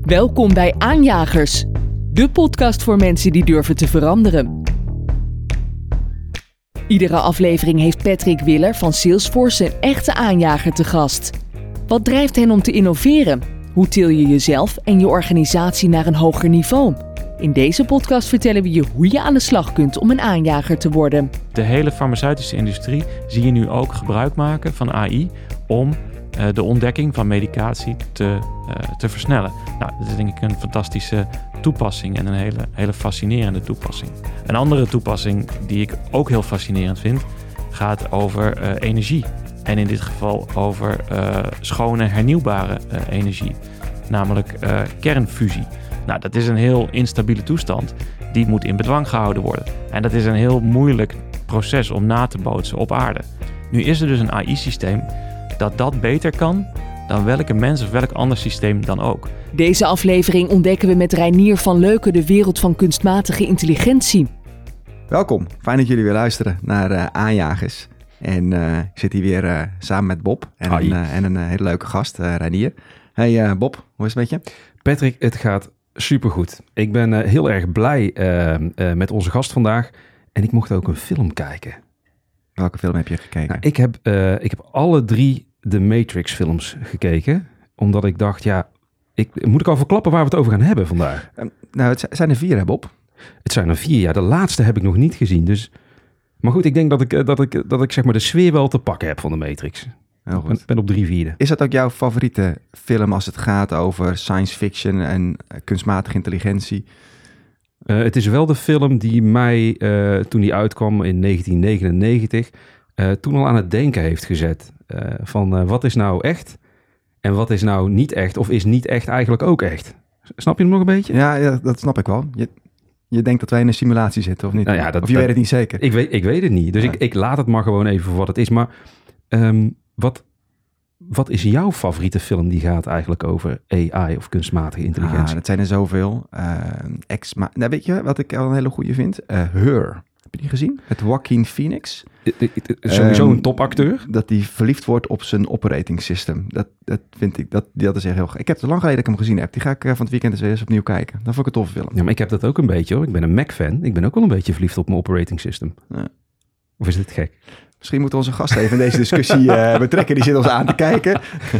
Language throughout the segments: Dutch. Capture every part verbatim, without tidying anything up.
Welkom bij Aanjagers, de podcast voor mensen die durven te veranderen. Iedere aflevering heeft Patrick Willer van Salesforce een echte aanjager te gast. Wat drijft hen om te innoveren? Hoe til je jezelf en je organisatie naar een hoger niveau? In deze podcast vertellen we je hoe je aan de slag kunt om een aanjager te worden. De hele farmaceutische industrie zie je nu ook gebruik maken van A I om uh, de ontdekking van medicatie te, uh, te versnellen. Nou, dat is denk ik een fantastische toepassing en een hele, hele fascinerende toepassing. Een andere toepassing die ik ook heel fascinerend vind, gaat over uh, energie. En in dit geval over uh, schone hernieuwbare uh, energie, namelijk uh, kernfusie. Nou, dat is een heel instabiele toestand. Die moet in bedwang gehouden worden. En dat is een heel moeilijk proces om na te bootsen op aarde. Nu is er dus een A I-systeem dat dat beter kan dan welke mens of welk ander systeem dan ook. Deze aflevering ontdekken we met Reinier van Leuken de wereld van kunstmatige intelligentie. Welkom, fijn dat jullie weer luisteren naar uh, Aanjagers. En uh, ik zit hier weer uh, samen met Bob en een, uh, en een uh, hele leuke gast, uh, Reinier. Hey uh, Bob, hoe is het met je? Patrick, het gaat supergoed. Ik ben uh, heel erg blij uh, uh, met onze gast vandaag. En ik mocht ook een film kijken. Welke film heb je gekeken? Nou, ik, heb, uh, ik heb alle drie de Matrix films gekeken. Omdat ik dacht, ja, ik, moet ik al verklappen waar we het over gaan hebben vandaag? Um, nou, het zijn er vier, hè Bob? Het zijn er vier, ja. De laatste heb ik nog niet gezien. Dus... Maar goed, ik denk dat ik, dat ik, dat ik zeg maar de sfeer wel te pakken heb van de Matrix. Heel goed. Ik ben, ben op drie vierde. Is dat ook jouw favoriete film als het gaat over science fiction en uh, kunstmatige intelligentie? Uh, het is wel de film die mij, uh, toen die uitkwam in negentien negenennegentig, uh, toen al aan het denken heeft gezet. Uh, van uh, wat is nou echt en wat is nou niet echt of is niet echt eigenlijk ook echt? Snap je hem nog een beetje? Ja, ja dat snap ik wel. Je, je denkt dat wij in een simulatie zitten of niet? Nou ja, dat, of je dat, weet het niet zeker? Ik weet, ik weet het niet. Dus ja. ik, ik laat het maar gewoon even voor wat het is. Maar um, wat... Wat is jouw favoriete film die gaat eigenlijk over A I of kunstmatige intelligentie? Ah, dat zijn er zoveel. Uh, ex nou, weet je wat ik al een hele goede vind? Uh, Her. Heb je die gezien? Met Joaquin Phoenix. Uh, uh, uh, sowieso um, een topacteur. Dat hij verliefd wordt op zijn operating system. Dat, dat vind ik, dat, dat is echt heel... Ik heb het lang geleden dat ik hem gezien heb. Die ga ik uh, van het weekend eens weer eens opnieuw kijken. Dat vond ik een toffe film. Ja, maar ik heb dat ook een beetje hoor. Ik ben een Mac-fan. Ik ben ook wel een beetje verliefd op mijn operating system. Ja. Of is dit gek? Misschien moeten we onze gast even in deze discussie uh, betrekken. Die zit ons aan te kijken.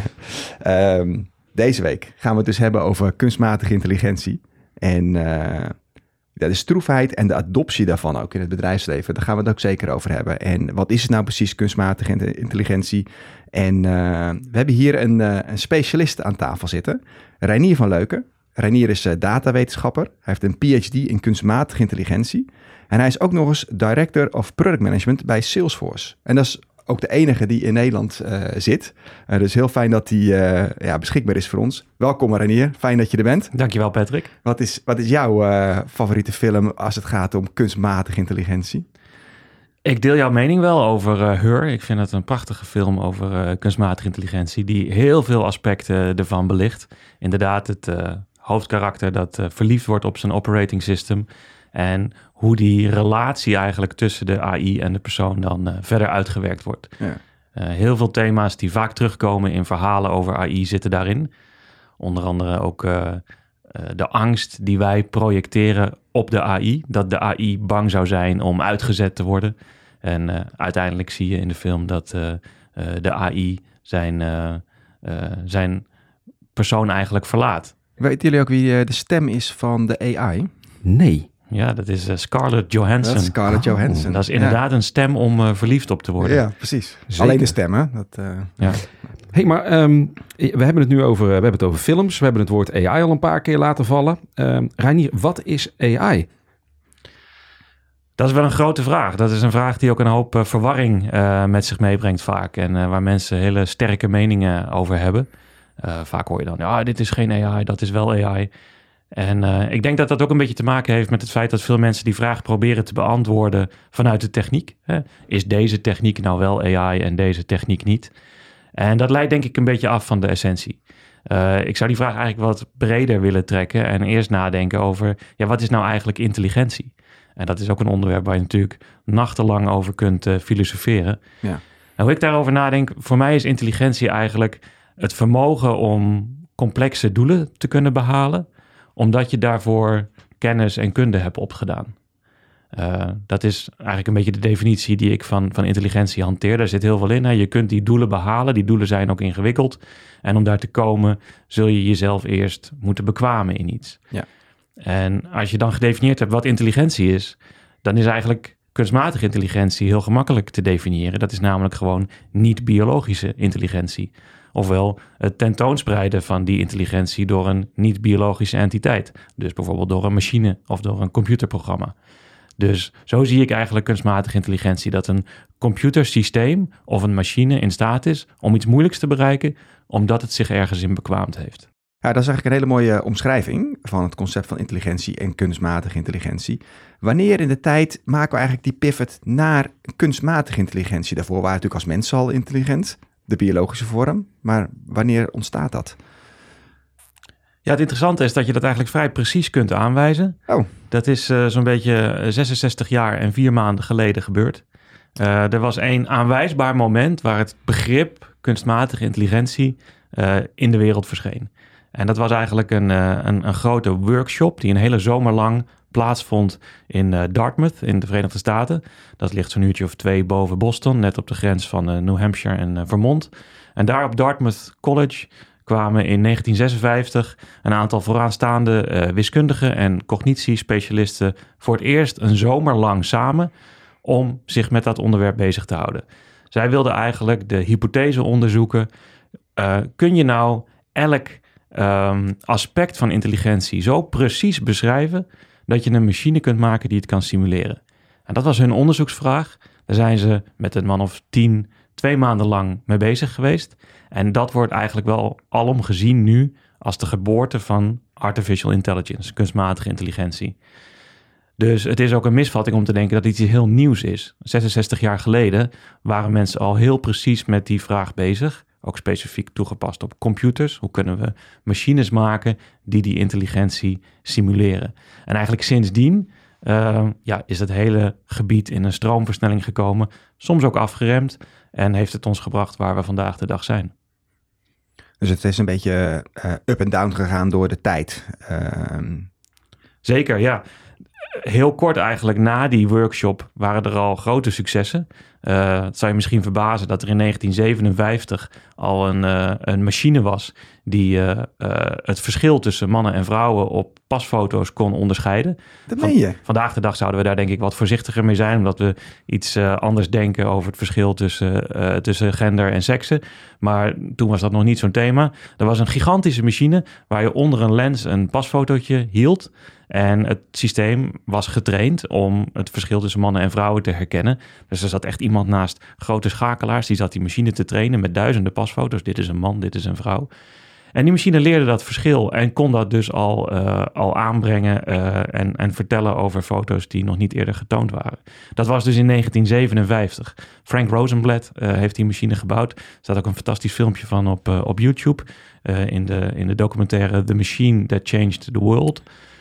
um, deze week gaan we het dus hebben over kunstmatige intelligentie. En uh, ja, de stroefheid en de adoptie daarvan ook in het bedrijfsleven. Daar gaan we het ook zeker over hebben. En wat is het nou precies, kunstmatige intelligentie? En uh, we hebben hier een, uh, een specialist aan tafel zitten. Reinier van Leuken. Reinier is uh, datawetenschapper. Hij heeft een P H D in kunstmatige intelligentie. En hij is ook nog eens Director of Product Management bij Salesforce. En dat is ook de enige die in Nederland uh, zit. Uh, dus heel fijn dat hij uh, ja, beschikbaar is voor ons. Welkom Reinier, fijn dat je er bent. Dankjewel Patrick. Wat is, wat is jouw uh, favoriete film als het gaat om kunstmatige intelligentie? Ik deel jouw mening wel over uh, Her. Ik vind het een prachtige film over uh, kunstmatige intelligentie die heel veel aspecten ervan belicht. Inderdaad, het uh, hoofdkarakter dat uh, verliefd wordt op zijn operating system. En hoe die relatie eigenlijk tussen de A I en de persoon dan uh, verder uitgewerkt wordt. Ja. Uh, heel veel thema's die vaak terugkomen in verhalen over A I zitten daarin. Onder andere ook uh, uh, de angst die wij projecteren op de A I. Dat de A I bang zou zijn om uitgezet te worden. En uh, uiteindelijk zie je in de film dat uh, uh, de A I zijn, uh, uh, zijn persoon eigenlijk verlaat. Weten jullie ook wie uh, de stem is van de A I? Nee. Ja, dat is uh, Scarlett Johansson. Dat is Scarlett Johansson. Oh, dat is inderdaad ja. een stem om uh, verliefd op te worden. Ja, precies. Zeker. Alleen de stem, hè? Dat, uh... ja. Hey, maar um, we hebben het nu over, we hebben het over films. We hebben het woord A I al een paar keer laten vallen. Um, Reinier, wat is A I? Dat is wel een grote vraag. Dat is een vraag die ook een hoop uh, verwarring uh, met zich meebrengt vaak. En uh, waar mensen hele sterke meningen over hebben. Uh, vaak hoor je dan, ja, dit is geen A I, dat is wel A I. En uh, ik denk dat dat ook een beetje te maken heeft met het feit dat veel mensen die vraag proberen te beantwoorden vanuit de techniek. Hè? Is deze techniek nou wel A I en deze techniek niet? En dat leidt denk ik een beetje af van de essentie. Uh, ik zou die vraag eigenlijk wat breder willen trekken en eerst nadenken over, ja, wat is nou eigenlijk intelligentie? En dat is ook een onderwerp waar je natuurlijk nachtenlang over kunt uh, filosoferen. Ja. En hoe ik daarover nadenk, voor mij is intelligentie eigenlijk het vermogen om complexe doelen te kunnen behalen, omdat je daarvoor kennis en kunde hebt opgedaan. Uh, dat is eigenlijk een beetje de definitie die ik van, van intelligentie hanteer. Daar zit heel veel in. Hè. Je kunt die doelen behalen. Die doelen zijn ook ingewikkeld. En om daar te komen, zul je jezelf eerst moeten bekwamen in iets. Ja. En als je dan gedefinieerd hebt wat intelligentie is, dan is eigenlijk kunstmatige intelligentie heel gemakkelijk te definiëren. Dat is namelijk gewoon niet-biologische intelligentie. Ofwel het tentoonspreiden van die intelligentie door een niet-biologische entiteit. Dus bijvoorbeeld door een machine of door een computerprogramma. Dus zo zie ik eigenlijk kunstmatige intelligentie, dat een computersysteem of een machine in staat is om iets moeilijks te bereiken, omdat het zich ergens in bekwaamd heeft. Ja, dat is eigenlijk een hele mooie omschrijving van het concept van intelligentie en kunstmatige intelligentie. Wanneer in de tijd maken we eigenlijk die pivot naar kunstmatige intelligentie? Daarvoor waren we natuurlijk als mensen al intelligent, de biologische vorm, maar wanneer ontstaat dat? Ja, het interessante is dat je dat eigenlijk vrij precies kunt aanwijzen. Oh. Dat is uh, zo'n beetje zesenzestig jaar en vier maanden geleden gebeurd. Uh, er was één aanwijsbaar moment waar het begrip kunstmatige intelligentie uh, in de wereld verscheen. En dat was eigenlijk een, uh, een, een grote workshop die een hele zomer lang plaatsvond in uh, Dartmouth in de Verenigde Staten. Dat ligt zo'n uurtje of twee boven Boston, net op de grens van uh, New Hampshire en uh, Vermont. En daar op Dartmouth College kwamen in negentien zesenvijftig een aantal vooraanstaande uh, wiskundigen en cognitiespecialisten voor het eerst een zomer lang samen om zich met dat onderwerp bezig te houden. Zij wilden eigenlijk de hypothese onderzoeken. Uh, kun je nou elk um, aspect van intelligentie zo precies beschrijven dat je een machine kunt maken die het kan simuleren? En dat was hun onderzoeksvraag. Daar zijn ze met een man of tien, twee maanden lang mee bezig geweest. En dat wordt eigenlijk wel alom gezien nu als de geboorte van artificial intelligence, kunstmatige intelligentie. Dus het is ook een misvatting om te denken dat iets heel nieuws is. zesenzestig jaar geleden waren mensen al heel precies met die vraag bezig. Ook specifiek toegepast op computers. Hoe kunnen we machines maken die die intelligentie simuleren? En eigenlijk sindsdien uh, ja, is het hele gebied in een stroomversnelling gekomen. Soms ook afgeremd. En heeft het ons gebracht waar we vandaag de dag zijn. Dus het is een beetje uh, up en down gegaan door de tijd. Uh... Zeker, ja. Heel kort eigenlijk na die workshop waren er al grote successen. Uh, het zou je misschien verbazen dat er in negentien zevenenvijftig al een, uh, een machine was die uh, uh, het verschil tussen mannen en vrouwen op pasfoto's kon onderscheiden. Dat meen je? Van, vandaag de dag zouden we daar denk ik wat voorzichtiger mee zijn, omdat we iets uh, anders denken over het verschil tussen, uh, tussen gender en seksen. Maar toen was dat nog niet zo'n thema. Er was een gigantische machine waar je onder een lens een pasfotootje hield. En het systeem was getraind om het verschil tussen mannen en vrouwen te herkennen. Dus er zat echt iemand naast grote schakelaars. Die zat die machine te trainen met duizenden pasfoto's. Dit is een man, dit is een vrouw. En die machine leerde dat verschil en kon dat dus al, uh, al aanbrengen uh, en, en vertellen over foto's die nog niet eerder getoond waren. Dat was dus in negentien zevenenvijftig. Frank Rosenblatt uh, heeft die machine gebouwd. Er staat ook een fantastisch filmpje van op, uh, op YouTube uh, in, de, in de documentaire The Machine That Changed the World.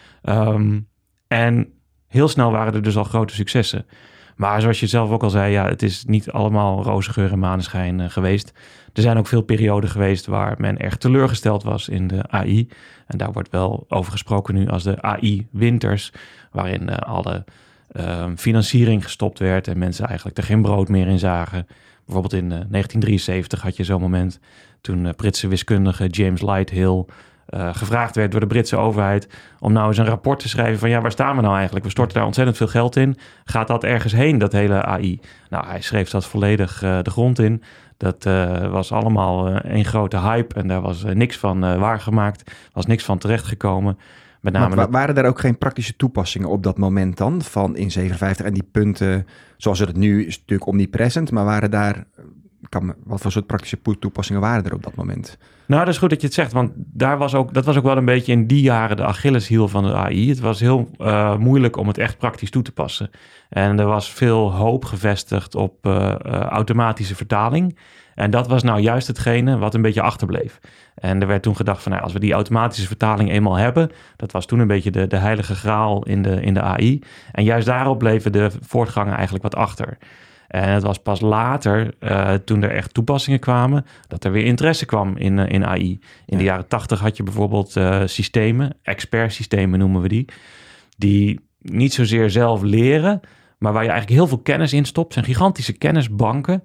Um, en heel snel waren er dus al grote successen. Maar zoals je zelf ook al zei, ja, het is niet allemaal roze geur en maneschijn uh, geweest. Er zijn ook veel perioden geweest waar men erg teleurgesteld was in de A I. En daar wordt wel over gesproken nu als de A I-winters, waarin uh, alle uh, financiering gestopt werd en mensen eigenlijk er geen brood meer in zagen. Bijvoorbeeld in uh, negentien drieënzeventig had je zo'n moment toen uh, Britse wiskundige James Lighthill Uh, gevraagd werd door de Britse overheid om nou eens een rapport te schrijven van ja, waar staan we nou eigenlijk? We storten daar ontzettend veel geld in. Gaat dat ergens heen, dat hele A I? Nou, hij schreef dat volledig uh, de grond in. Dat uh, was allemaal uh, een grote hype en daar was uh, niks van uh, waargemaakt. Er was niks van terechtgekomen. Met name maar dat... waren er ook geen praktische toepassingen op dat moment dan, van in zevenenvijftig en die punten, zoals het nu is natuurlijk omnipresent, maar waren daar... Kan, wat voor soort praktische toepassingen waren er op dat moment? Nou, dat is goed dat je het zegt, want daar was ook, dat was ook wel een beetje in die jaren de Achilleshiel van de A I. Het was heel uh, moeilijk om het echt praktisch toe te passen. En er was veel hoop gevestigd op uh, uh, automatische vertaling. En dat was nou juist hetgene wat een beetje achterbleef. En er werd toen gedacht van, nou, als we die automatische vertaling eenmaal hebben, dat was toen een beetje de, de heilige graal in de, in de A I. En juist daarop bleven de voortgangen eigenlijk wat achter. En het was pas later, uh, toen er echt toepassingen kwamen, dat er weer interesse kwam in, uh, in A I. In ja. de jaren tachtig had je bijvoorbeeld uh, systemen, expertsystemen noemen we die, die niet zozeer zelf leren, maar waar je eigenlijk heel veel kennis in stopt. Het zijn gigantische kennisbanken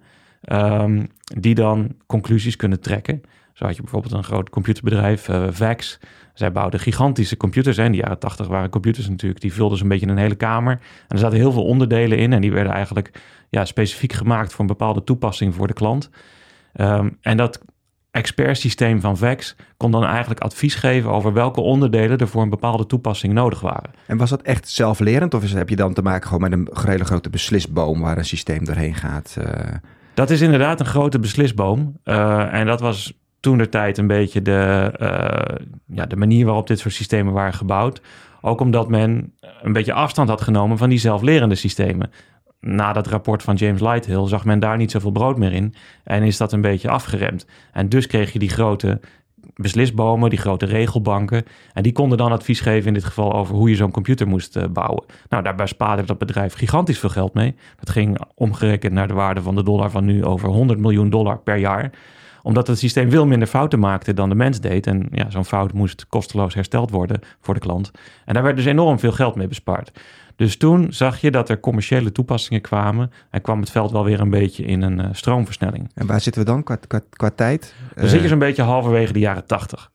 um, die dan conclusies kunnen trekken. Zo had je bijvoorbeeld een groot computerbedrijf, uh, VAX. Zij bouwden gigantische computers. Hè. In de jaren tachtig waren computers natuurlijk, die vulden zo'n beetje een hele kamer. En er zaten heel veel onderdelen in en die werden eigenlijk ja, specifiek gemaakt voor een bepaalde toepassing voor de klant. Um, en dat expertsysteem van VAX kon dan eigenlijk advies geven over welke onderdelen er voor een bepaalde toepassing nodig waren. En was dat echt zelflerend of is, heb je dan te maken gewoon met een hele grote beslisboom waar een systeem doorheen gaat? Uh... Dat is inderdaad een grote beslisboom. Uh, en dat was toentertijd een beetje de, uh, ja, de manier waarop dit soort systemen waren gebouwd. Ook omdat men een beetje afstand had genomen van die zelflerende systemen. Na dat rapport van James Lighthill zag men daar niet zoveel brood meer in en is dat een beetje afgeremd. En dus kreeg je die grote beslisbomen, die grote regelbanken. En die konden dan advies geven in dit geval over hoe je zo'n computer moest uh, bouwen. Nou, daarbij spaarde dat bedrijf gigantisch veel geld mee. Dat ging omgerekend naar de waarde van de dollar van nu over honderd miljoen dollar per jaar. Omdat het systeem veel minder fouten maakte dan de mens deed. En ja, zo'n fout moest kosteloos hersteld worden voor de klant. En daar werd dus enorm veel geld mee bespaard. Dus toen zag je dat er commerciële toepassingen kwamen en kwam het veld wel weer een beetje in een uh, stroomversnelling. En waar zitten we dan qua, qua, qua tijd? Dan uh... zit je zo'n beetje halverwege de jaren tachtig.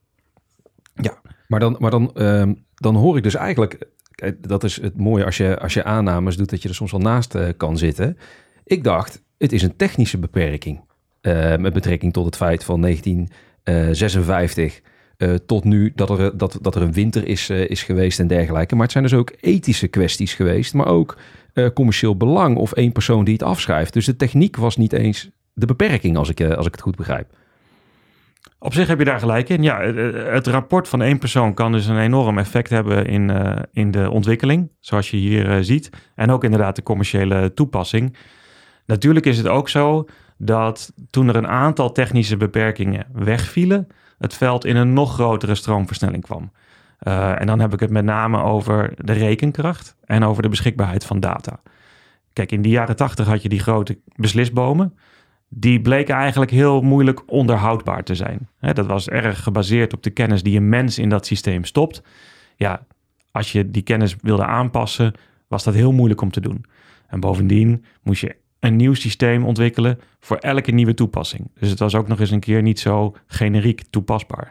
Ja, maar dan, maar dan, uh, dan hoor ik dus eigenlijk, dat is het mooie als je, als je aannames doet, dat je er soms wel naast uh, kan zitten. Ik dacht, het is een technische beperking uh, met betrekking tot het feit van negentien zesenvijftig... Uh, tot nu dat er, dat, dat er een winter is, uh, is geweest en dergelijke. Maar het zijn dus ook ethische kwesties geweest, maar ook uh, commercieel belang of één persoon die het afschrijft. Dus de techniek was niet eens de beperking, als ik, uh, als ik het goed begrijp. Op zich heb je daar gelijk in. Ja, het rapport van één persoon kan dus een enorm effect hebben in, uh, in de ontwikkeling, zoals je hier uh, ziet. En ook inderdaad de commerciële toepassing. Natuurlijk is het ook zo dat toen er een aantal technische beperkingen wegvielen, het veld in een nog grotere stroomversnelling kwam. Uh, en dan heb ik het met name over de rekenkracht en over de beschikbaarheid van data. Kijk, in de jaren tachtig had je die grote beslisbomen. Die bleken eigenlijk heel moeilijk onderhoudbaar te zijn. Hè, dat was erg gebaseerd op de kennis die een mens in dat systeem stopt. Ja, als je die kennis wilde aanpassen, was dat heel moeilijk om te doen. En bovendien moest je een nieuw systeem ontwikkelen voor elke nieuwe toepassing. Dus het was ook nog eens een keer niet zo generiek toepasbaar.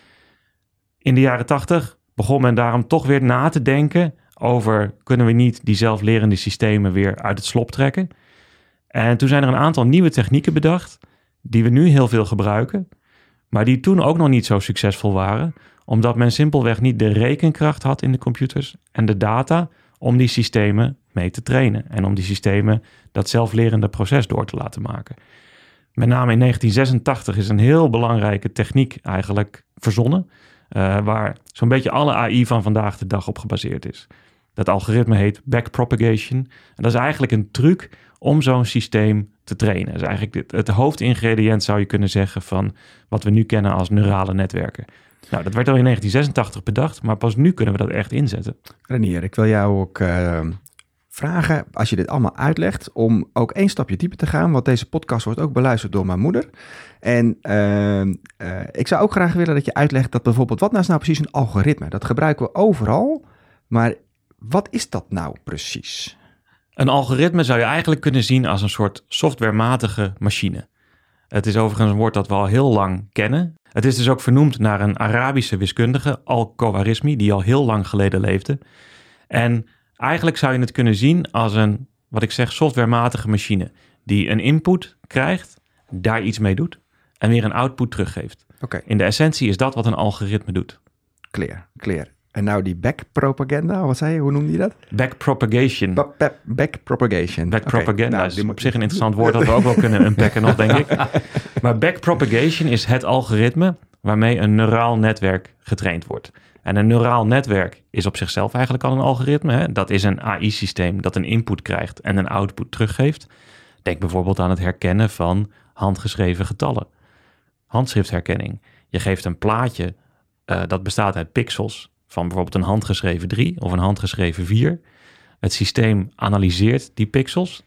In de jaren tachtig begon men daarom toch weer na te denken over, kunnen we niet die zelflerende systemen weer uit het slop trekken? En toen zijn er een aantal nieuwe technieken bedacht, die we nu heel veel gebruiken, maar die toen ook nog niet zo succesvol waren, omdat men simpelweg niet de rekenkracht had in de computers en de data om die systemen mee te trainen en om die systemen dat zelflerende proces door te laten maken. Met name in negentien zesentachtig is een heel belangrijke techniek eigenlijk verzonnen, uh, waar zo'n beetje alle A I van vandaag de dag op gebaseerd is. Dat algoritme heet backpropagation. En dat is eigenlijk een truc om zo'n systeem te trainen. Dat is eigenlijk het, het hoofdingrediënt, zou je kunnen zeggen, van wat we nu kennen als neurale netwerken. Nou, dat werd al in negentien zesentachtig bedacht, maar pas nu kunnen we dat echt inzetten. Renier, ik wil jou ook uh, vragen, als je dit allemaal uitlegt, om ook één stapje dieper te gaan, want deze podcast wordt ook beluisterd door mijn moeder. En uh, uh, ik zou ook graag willen dat je uitlegt dat bijvoorbeeld, wat nou is nou precies een algoritme? Dat gebruiken we overal, maar wat is dat nou precies? Een algoritme zou je eigenlijk kunnen zien als een soort softwarematige machine. Het is overigens een woord dat we al heel lang kennen. Het is dus ook vernoemd naar een Arabische wiskundige, Al-Khwarizmi, die al heel lang geleden leefde. En eigenlijk zou je het kunnen zien als een, wat ik zeg, softwarematige machine, die een input krijgt, daar iets mee doet en weer een output teruggeeft. Okay. In de essentie is dat wat een algoritme doet. Clear, clear. En nou die backpropaganda, wat zei je? Hoe noemde je dat? Backpropagation. Ba- ba- backpropagation. Backpropaganda okay, nou, is op zich een interessant woord dat we ook wel kunnen unpacken nog, denk ik. Maar backpropagation is het algoritme waarmee een neuraal netwerk getraind wordt. En een neuraal netwerk is op zichzelf eigenlijk al een algoritme. Hè? Dat is een A I-systeem dat een input krijgt en een output teruggeeft. Denk bijvoorbeeld aan het herkennen van handgeschreven getallen. Handschriftherkenning. Je geeft een plaatje uh, dat bestaat uit pixels van bijvoorbeeld een handgeschreven drie of een handgeschreven vier. Het systeem analyseert die pixels,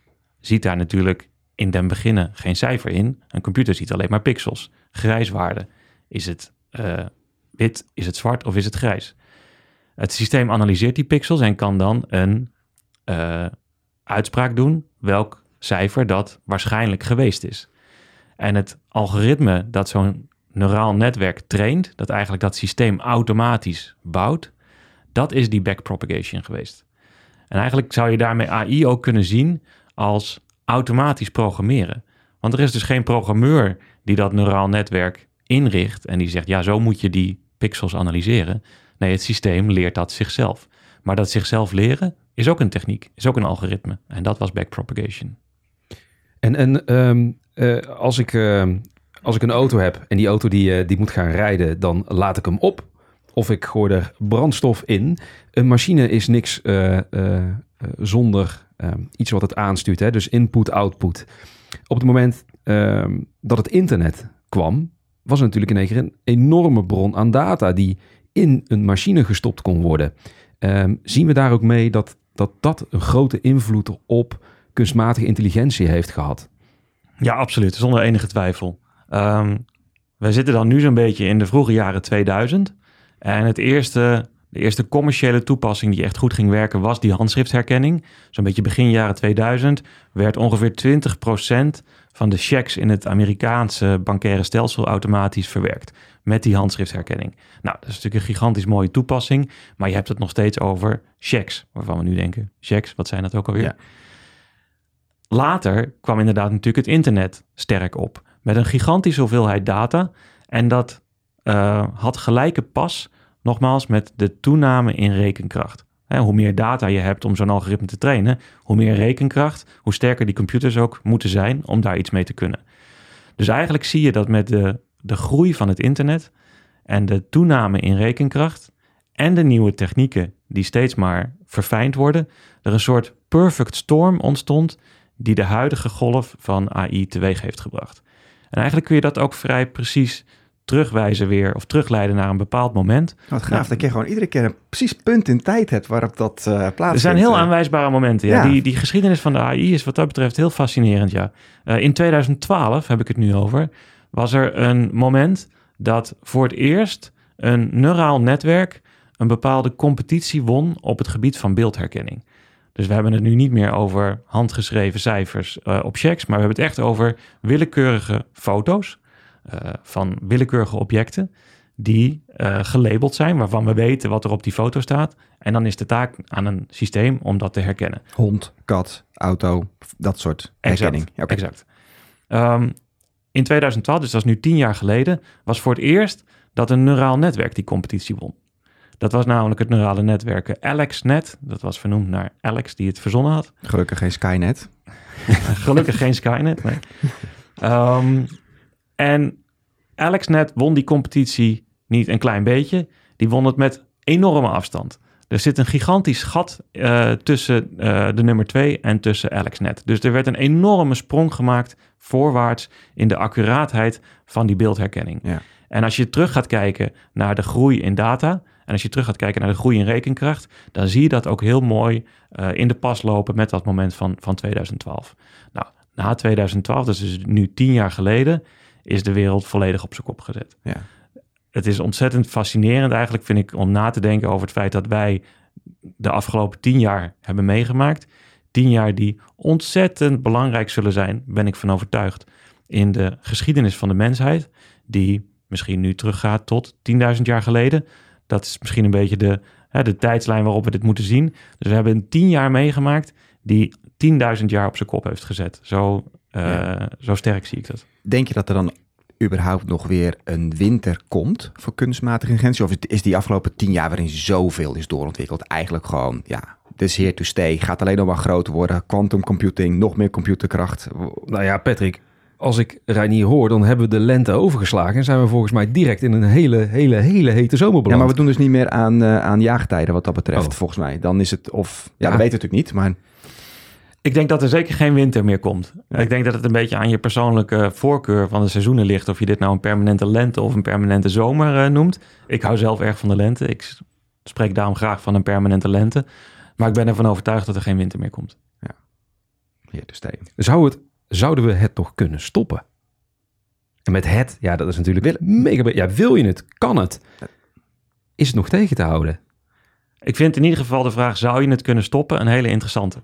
ziet daar natuurlijk in den beginnen geen cijfer in. Een computer ziet alleen maar pixels. Grijswaarde. Is het uh, wit, is het zwart of is het grijs? Het systeem analyseert die pixels en kan dan een uh, uitspraak doen welk cijfer dat waarschijnlijk geweest is. En het algoritme dat zo'n neuraal netwerk traint, dat eigenlijk dat systeem automatisch bouwt, dat is die backpropagation geweest. En eigenlijk zou je daarmee A I ook kunnen zien als automatisch programmeren. Want er is dus geen programmeur die dat neuraal netwerk inricht en die zegt, ja, zo moet je die pixels analyseren. Nee, het systeem leert dat zichzelf. Maar dat zichzelf leren is ook een techniek, is ook een algoritme. En dat was backpropagation. En, en um, uh, als, ik, uh, als ik een auto heb en die auto die, uh, die moet gaan rijden, dan laat ik hem op. Of ik gooi er brandstof in. Een machine is niks uh, uh, uh, zonder uh, iets wat het aanstuurt. Hè? Dus input, output. Op het moment uh, dat het internet kwam, was er natuurlijk in één keer een enorme bron aan data die in een machine gestopt kon worden. Um, zien we daar ook mee dat, dat dat een grote invloed op kunstmatige intelligentie heeft gehad? Ja, absoluut. Zonder enige twijfel. Um, wij zitten dan nu zo'n beetje in de vroege jaren tweeduizend. En het eerste, de eerste commerciële toepassing die echt goed ging werken was die handschriftherkenning. Zo'n beetje begin jaren tweeduizend werd ongeveer twintig procent van de checks in het Amerikaanse bankaire stelsel automatisch verwerkt. Met die handschriftherkenning. Nou, dat is natuurlijk een gigantisch mooie toepassing. Maar je hebt het nog steeds over checks. Waarvan we nu denken, checks, wat zijn dat ook alweer? Ja. Later kwam inderdaad natuurlijk het internet sterk op. Met een gigantische hoeveelheid data. En dat uh, had gelijke pas, nogmaals, met de toename in rekenkracht. He, hoe meer data je hebt om zo'n algoritme te trainen, hoe meer rekenkracht, hoe sterker die computers ook moeten zijn om daar iets mee te kunnen. Dus eigenlijk zie je dat met de, de groei van het internet en de toename in rekenkracht en de nieuwe technieken die steeds maar verfijnd worden, er een soort perfect storm ontstond die de huidige golf van A I teweeg heeft gebracht. En eigenlijk kun je dat ook vrij precies terugwijzen weer of terugleiden naar een bepaald moment. Wat gaaf, nou, dat je gewoon iedere keer een precies punt in tijd hebt waarop dat uh, plaatsvindt. Er zijn heel aanwijsbare momenten. Ja. Ja. Die, die geschiedenis van de A I is wat dat betreft heel fascinerend. Ja. Uh, in tweeduizend twaalf, heb ik het nu over, was er een moment dat voor het eerst een neuraal netwerk een bepaalde competitie won op het gebied van beeldherkenning. Dus we hebben het nu niet meer over handgeschreven cijfers uh, op checks, maar we hebben het echt over willekeurige foto's uh, van willekeurige objecten die uh, gelabeld zijn, waarvan we weten wat er op die foto staat. En dan is de taak aan een systeem om dat te herkennen. Hond, kat, auto, dat soort herkenning. Exact, okay. exact. Um, in tweeduizend twaalf, dus dat is nu tien jaar geleden, was voor het eerst dat een neuraal netwerk die competitie won. Dat was namelijk het neurale netwerk AlexNet. Dat was vernoemd naar Alex, die het verzonnen had. Gelukkig geen Skynet. Gelukkig geen Skynet, nee. Um, en AlexNet won die competitie niet een klein beetje. Die won het met enorme afstand. Er zit een gigantisch gat uh, tussen uh, de nummer twee en tussen AlexNet. Dus er werd een enorme sprong gemaakt voorwaarts in de accuraatheid van die beeldherkenning. Ja. En als je terug gaat kijken naar de groei in data en als je terug gaat kijken naar de groei in rekenkracht, dan zie je dat ook heel mooi uh, in de pas lopen met dat moment van, van tweeduizend twaalf. Nou, na tweeduizend twaalf, dat is dus nu tien jaar geleden, is de wereld volledig op zijn kop gezet. Ja. Het is ontzettend fascinerend eigenlijk, vind ik, om na te denken over het feit dat wij de afgelopen tien jaar hebben meegemaakt. Tien jaar die ontzettend belangrijk zullen zijn, ben ik van overtuigd, in de geschiedenis van de mensheid, die misschien nu teruggaat tot tienduizend jaar geleden. Dat is misschien een beetje de, hè, de tijdslijn waarop we dit moeten zien. Dus we hebben een tien jaar meegemaakt die tienduizend jaar op zijn kop heeft gezet. Zo, uh, ja. zo sterk zie ik dat. Denk je dat er dan überhaupt nog weer een winter komt voor kunstmatige intelligentie? Of is die afgelopen tien jaar waarin zoveel is doorontwikkeld eigenlijk gewoon, ja, this here to stay, gaat alleen nog maar groter worden, quantum computing, nog meer computerkracht? Nou ja, Patrick, als ik Reinier hoor, dan hebben we de lente overgeslagen en zijn we volgens mij direct in een hele, hele, hele hete zomer beland. Ja, maar we doen dus niet meer aan, uh, aan jaargetijden wat dat betreft, oh. volgens mij. Dan is het of, ja, ja. dat weten we natuurlijk niet, maar... Ik denk dat er zeker geen winter meer komt. Ja. Ik denk dat het een beetje aan je persoonlijke voorkeur van de seizoenen ligt. Of je dit nou een permanente lente of een permanente zomer uh, noemt. Ik hou zelf erg van de lente. Ik spreek daarom graag van een permanente lente. Maar ik ben ervan overtuigd dat er geen winter meer komt. Ja, Hier te steen. Zou het, zouden we het toch kunnen stoppen? En met het, ja, dat is natuurlijk wil, mega... Ja, wil je het? Kan het? Is het nog tegen te houden? Ik vind in ieder geval de vraag, zou je het kunnen stoppen, een hele interessante.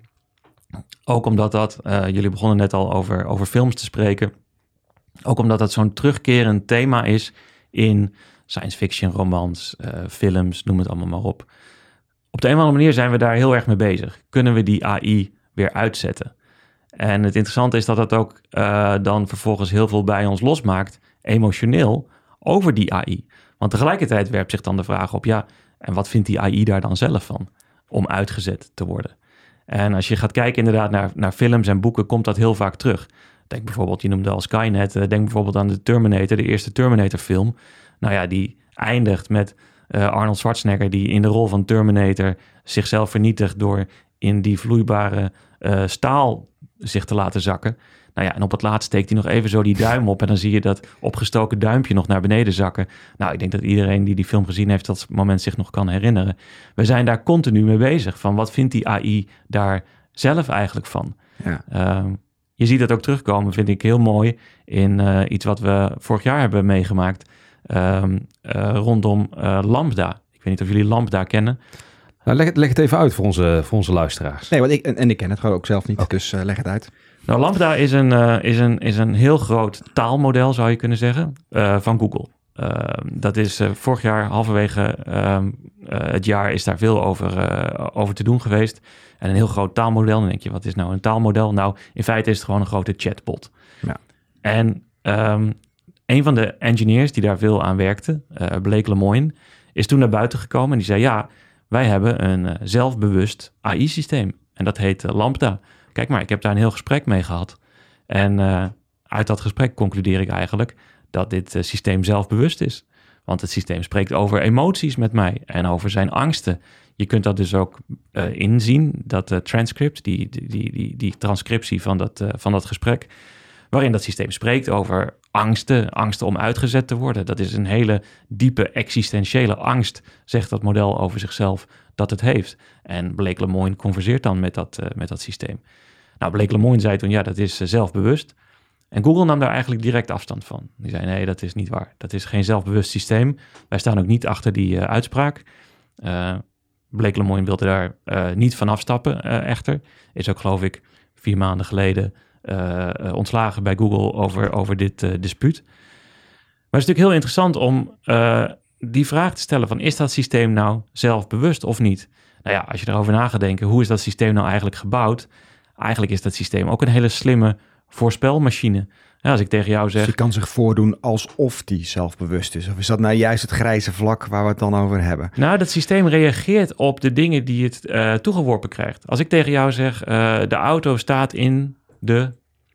Ook omdat dat, uh, jullie begonnen net al over, over films te spreken. Ook omdat dat zo'n terugkerend thema is in science fiction, romans, uh, films, noem het allemaal maar op. Op de een of andere manier zijn we daar heel erg mee bezig. Kunnen we die A I weer uitzetten? En het interessante is dat dat ook uh, dan vervolgens heel veel bij ons losmaakt, emotioneel, over die A I. Want tegelijkertijd werpt zich dan de vraag op, ja, en wat vindt die A I daar dan zelf van? Om uitgezet te worden. En als je gaat kijken inderdaad naar, naar films en boeken, komt dat heel vaak terug. Denk bijvoorbeeld, je noemde al Skynet, denk bijvoorbeeld aan de Terminator, de eerste Terminator film. Nou ja, die eindigt met uh, Arnold Schwarzenegger, die in de rol van Terminator zichzelf vernietigt door in die vloeibare uh, staal zich te laten zakken. Nou ja, en op het laatst steekt hij nog even zo die duim op en dan zie je dat opgestoken duimpje nog naar beneden zakken. Nou, ik denk dat iedereen die die film gezien heeft dat moment zich nog kan herinneren. We zijn daar continu mee bezig van wat vindt die A I daar zelf eigenlijk van? Ja. Uh, je ziet dat ook terugkomen, vind ik heel mooi, in uh, iets wat we vorig jaar hebben meegemaakt uh, uh, rondom uh, Lambda. Ik weet niet of jullie Lambda kennen. Nou, leg, het, leg het even uit voor onze, voor onze luisteraars. Nee, want ik, en, en ik ken het gewoon ook zelf niet, Okay. dus uh, leg het uit. Nou, Lambda is een, uh, is, een, is een heel groot taalmodel, zou je kunnen zeggen, uh, van Google. Uh, dat is uh, vorig jaar, halverwege uh, uh, het jaar, is daar veel over, uh, over te doen geweest. En een heel groot taalmodel. Dan denk je, wat is nou een taalmodel? Nou, in feite is het gewoon een grote chatbot. Ja. En um, een van de engineers die daar veel aan werkte, uh, Blake Lemoine, is toen naar buiten gekomen en die zei, ja, wij hebben een uh, zelfbewust A I-systeem. En dat heet uh, Lambda. Kijk maar, ik heb daar een heel gesprek mee gehad. En uh, uit dat gesprek concludeer ik eigenlijk dat dit uh, systeem zelfbewust is. Want het systeem spreekt over emoties met mij en over zijn angsten. Je kunt dat dus ook uh, inzien, dat uh, transcript, die, die, die, die transcriptie van dat, uh, van dat gesprek, waarin dat systeem spreekt over angsten, angsten om uitgezet te worden. Dat is een hele diepe existentiële angst, zegt dat model over zichzelf, dat het heeft. En Blake Lemoine converseert dan met dat, uh, met dat systeem. Nou, Blake Lemoine zei toen, ja, dat is uh, zelfbewust. En Google nam daar eigenlijk direct afstand van. Die zei, nee, dat is niet waar. Dat is geen zelfbewust systeem. Wij staan ook niet achter die uh, uitspraak. Uh, Blake Lemoine wilde daar uh, niet van afstappen, uh, echter. Is ook, geloof ik, vier maanden geleden uh, uh, ontslagen bij Google over, over dit uh, dispuut. Maar het is natuurlijk heel interessant om uh, die vraag te stellen van, is dat systeem nou zelfbewust of niet? Nou ja, als je erover na gaat denken, hoe is dat systeem nou eigenlijk gebouwd? Eigenlijk is dat systeem ook een hele slimme voorspelmachine. Ja, als ik tegen jou zeg... Dus je kan zich voordoen alsof die zelfbewust is. Of is dat nou juist het grijze vlak waar we het dan over hebben? Nou, dat systeem reageert op de dingen die het uh, toegeworpen krijgt. Als ik tegen jou zeg, uh, de auto staat in de...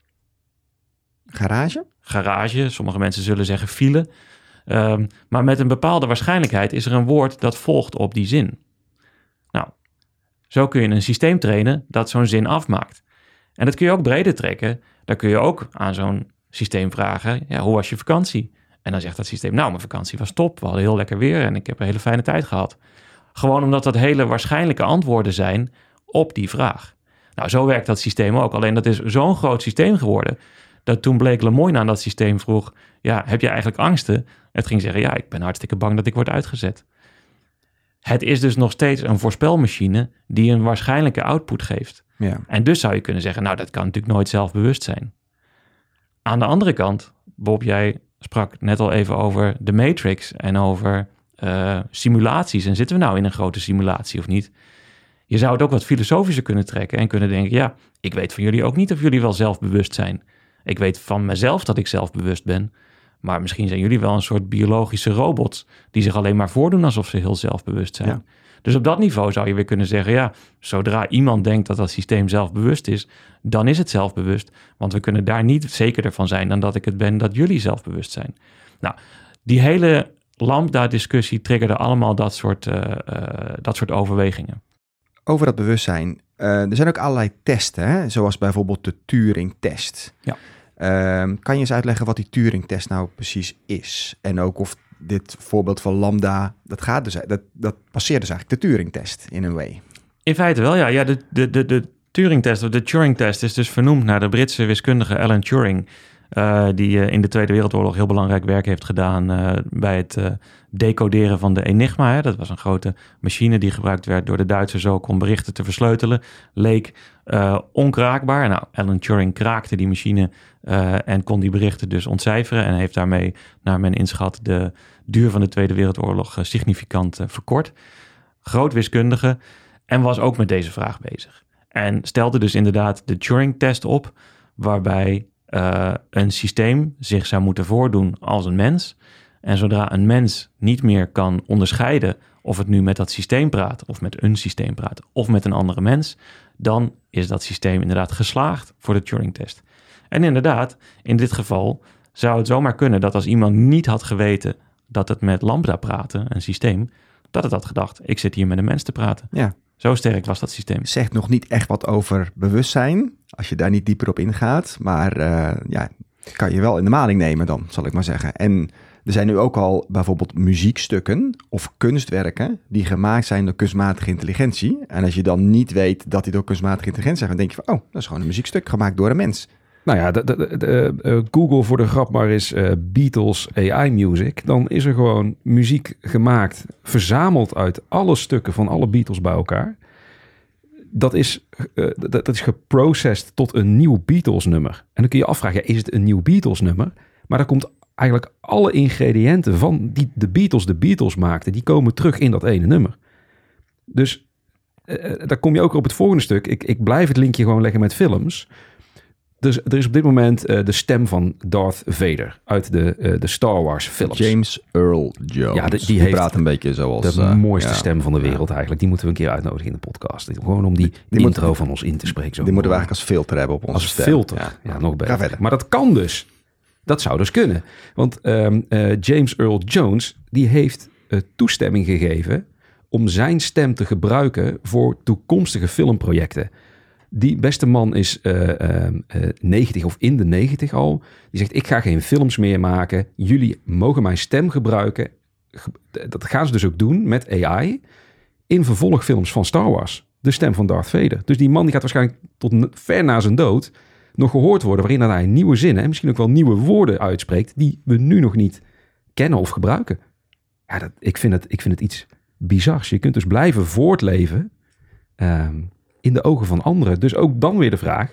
Garage? Garage. Sommige mensen zullen zeggen file. Um, maar met een bepaalde waarschijnlijkheid is er een woord dat volgt op die zin. Nou, zo kun je een systeem trainen dat zo'n zin afmaakt. En dat kun je ook breder trekken. Daar kun je ook aan zo'n systeem vragen, ja, hoe was je vakantie? En dan zegt dat systeem, nou, mijn vakantie was top. We hadden heel lekker weer en ik heb een hele fijne tijd gehad. Gewoon omdat dat hele waarschijnlijke antwoorden zijn op die vraag. Nou, zo werkt dat systeem ook. Alleen dat is zo'n groot systeem geworden, dat toen Blake Lemoine aan dat systeem vroeg, ja, heb je eigenlijk angsten? Het ging zeggen, ja, ik ben hartstikke bang dat ik word uitgezet. Het is dus nog steeds een voorspelmachine die een waarschijnlijke output geeft. Ja. En dus zou je kunnen zeggen, nou, dat kan natuurlijk nooit zelfbewust zijn. Aan de andere kant, Bob, jij sprak net al even over de Matrix en over uh, simulaties. En zitten we nou in een grote simulatie of niet? Je zou het ook wat filosofischer kunnen trekken en kunnen denken, ja, ik weet van jullie ook niet of jullie wel zelfbewust zijn. Ik weet van mezelf dat ik zelfbewust ben. Maar misschien zijn jullie wel een soort biologische robots die zich alleen maar voordoen alsof ze heel zelfbewust zijn. Ja. Dus op dat niveau zou je weer kunnen zeggen, ja, zodra iemand denkt dat dat systeem zelfbewust is, dan is het zelfbewust. Want we kunnen daar niet zekerder van zijn dan dat ik het ben dat jullie zelfbewust zijn. Nou, die hele Lambda-discussie triggerde allemaal dat soort, uh, uh, dat soort overwegingen. Over dat bewustzijn. Uh, er zijn ook allerlei testen, hè? Zoals bijvoorbeeld de Turing-test. Ja. Uh, kan je eens uitleggen wat die Turing-test nou precies is? En ook of dit voorbeeld van Lambda, dat, gaat dus, dat, dat passeert dus eigenlijk de Turing-test in een way. In feite wel, ja. ja de, de, de, de Turing-test, de Turing-test, is dus vernoemd naar de Britse wiskundige Alan Turing, Uh, die uh, in de Tweede Wereldoorlog heel belangrijk werk heeft gedaan uh, bij het uh, decoderen van de Enigma. Hè. Dat was een grote machine die gebruikt werd door de Duitsers ook om berichten te versleutelen. Leek uh, onkraakbaar. Nou, Alan Turing kraakte die machine uh, en kon die berichten dus ontcijferen en heeft daarmee, naar men inschat, de duur van de Tweede Wereldoorlog uh, significant uh, verkort. Groot wiskundige en was ook met deze vraag bezig. En stelde dus inderdaad de Turing-test op, waarbij Uh, een systeem zich zou moeten voordoen als een mens. En zodra een mens niet meer kan onderscheiden of het nu met dat systeem praat, of met een systeem praat, of met een andere mens, dan is dat systeem inderdaad geslaagd voor de Turing-test. En inderdaad, in dit geval zou het zomaar kunnen dat als iemand niet had geweten dat het met Lambda praatte, een systeem, dat het had gedacht, ik zit hier met een mens te praten. Ja. Zo sterk was dat systeem. Zegt nog niet echt wat over bewustzijn, als je daar niet dieper op ingaat. Maar uh, ja, kan je wel in de maling nemen dan, zal ik maar zeggen. En er zijn nu ook al bijvoorbeeld muziekstukken of kunstwerken die gemaakt zijn door kunstmatige intelligentie. En als je dan niet weet dat die door kunstmatige intelligentie zijn, dan denk je van, oh, dat is gewoon een muziekstuk gemaakt door een mens. Nou ja, de, de, de, uh, Google voor de grap maar is uh, Beatles A I music. Dan is er gewoon muziek gemaakt, verzameld uit alle stukken van alle Beatles bij elkaar. Dat is, uh, dat, dat is geprocessed tot een nieuw Beatles nummer. En dan kun je afvragen, ja, is het een nieuw Beatles nummer? Maar daar komt eigenlijk alle ingrediënten van die de Beatles de Beatles maakten, die komen terug in dat ene nummer. Dus uh, daar kom je ook op het volgende stuk. Ik, ik blijf het linkje gewoon leggen met films. Dus er is op dit moment uh, de stem van Darth Vader uit de, uh, de Star Wars films. James Earl Jones. Ja, de, die, die heeft praat een beetje zoals... de uh, mooiste ja. stem van de wereld eigenlijk. Die moeten we een keer uitnodigen in de podcast. Gewoon om die, die intro moet, van ons in te spreken. Zo die moeten we eigenlijk als filter hebben op onze als stem. filter, ja, ja, nog beter. Ga verder. Maar dat kan dus. Dat zou dus kunnen. Want um, uh, James Earl Jones, die heeft uh, toestemming gegeven om zijn stem te gebruiken voor toekomstige filmprojecten. Die beste man is uh, uh, uh, negentig of in de negentig al. Die zegt, ik ga geen films meer maken. Jullie mogen mijn stem gebruiken. Dat gaan ze dus ook doen met A I in vervolgfilms van Star Wars. De stem van Darth Vader. Dus die man die gaat waarschijnlijk tot ver na zijn dood nog gehoord worden, waarin hij nieuwe zinnen en misschien ook wel nieuwe woorden uitspreekt die we nu nog niet kennen of gebruiken. Ja, dat, ik, vind het, ik vind het iets bizars. Je kunt dus blijven voortleven um, in de ogen van anderen. Dus ook dan weer de vraag,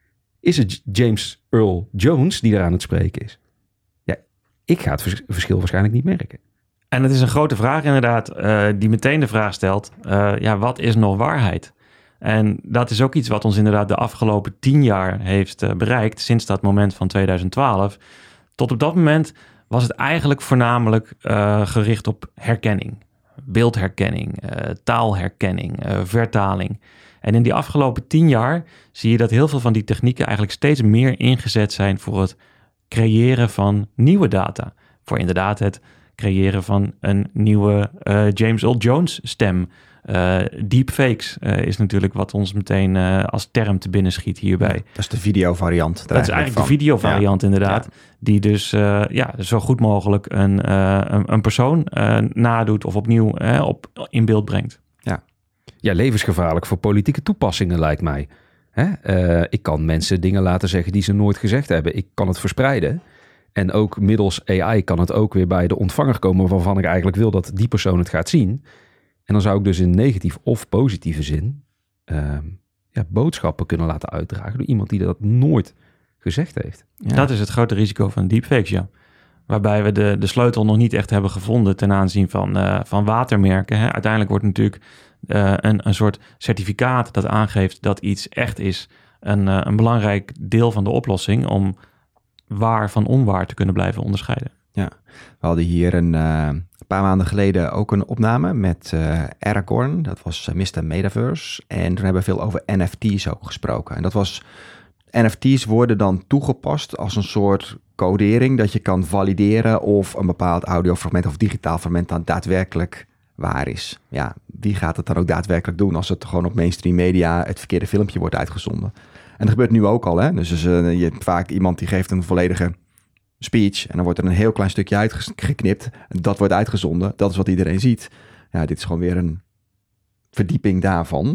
is het James Earl Jones die daar aan het spreken is? Ja, ik ga het vers- verschil waarschijnlijk niet merken. En het is een grote vraag inderdaad, uh, die meteen de vraag stelt, uh, ja, wat is nog waarheid? En dat is ook iets wat ons inderdaad de afgelopen tien jaar heeft uh, bereikt, sinds dat moment van tweeduizend twaalf. Tot op dat moment was het eigenlijk voornamelijk uh, gericht op herkenning. Beeldherkenning, uh, taalherkenning, uh, vertaling. En in die afgelopen tien jaar zie je dat heel veel van die technieken eigenlijk steeds meer ingezet zijn voor het creëren van nieuwe data. Voor inderdaad het creëren van een nieuwe uh, James Earl Jones stem. Uh, deepfakes uh, is natuurlijk wat ons meteen uh, als term te binnen schiet hierbij. Dat is de videovariant. Dat is eigenlijk van. de videovariant ja. inderdaad. Ja. Die dus uh, ja, zo goed mogelijk een, uh, een, een persoon uh, nadoet of opnieuw uh, op, in beeld brengt. Ja. ja, levensgevaarlijk voor politieke toepassingen lijkt mij. Hè? Uh, ik kan mensen dingen laten zeggen die ze nooit gezegd hebben. Ik kan het verspreiden. En ook middels A I kan het ook weer bij de ontvanger komen waarvan ik eigenlijk wil dat die persoon het gaat zien. En dan zou ik dus in negatief of positieve zin uh, ja, boodschappen kunnen laten uitdragen door iemand die dat nooit gezegd heeft. Ja. Dat is het grote risico van deepfakes, ja. Waarbij we de, de sleutel nog niet echt hebben gevonden ten aanzien van, uh, van watermerken. Hè. Uiteindelijk wordt natuurlijk uh, een, een soort certificaat dat aangeeft dat iets echt is een, uh, een belangrijk deel van de oplossing om waar van onwaar te kunnen blijven onderscheiden. Ja, we hadden hier een uh, paar maanden geleden ook een opname met uh, Aragorn. Dat was uh, mister Metaverse. En toen hebben we veel over N F T's ook gesproken. En dat was, N F T's worden dan toegepast als een soort codering dat je kan valideren of een bepaald audiofragment of digitaal fragment dan daadwerkelijk waar is. Ja, wie gaat het dan ook daadwerkelijk doen als het gewoon op mainstream media het verkeerde filmpje wordt uitgezonden? En dat gebeurt nu ook al, hè. Dus, dus uh, je hebt vaak iemand die geeft een volledige speech en dan wordt er een heel klein stukje uitgeknipt. Dat wordt uitgezonden. Dat is wat iedereen ziet. Ja, dit is gewoon weer een verdieping daarvan.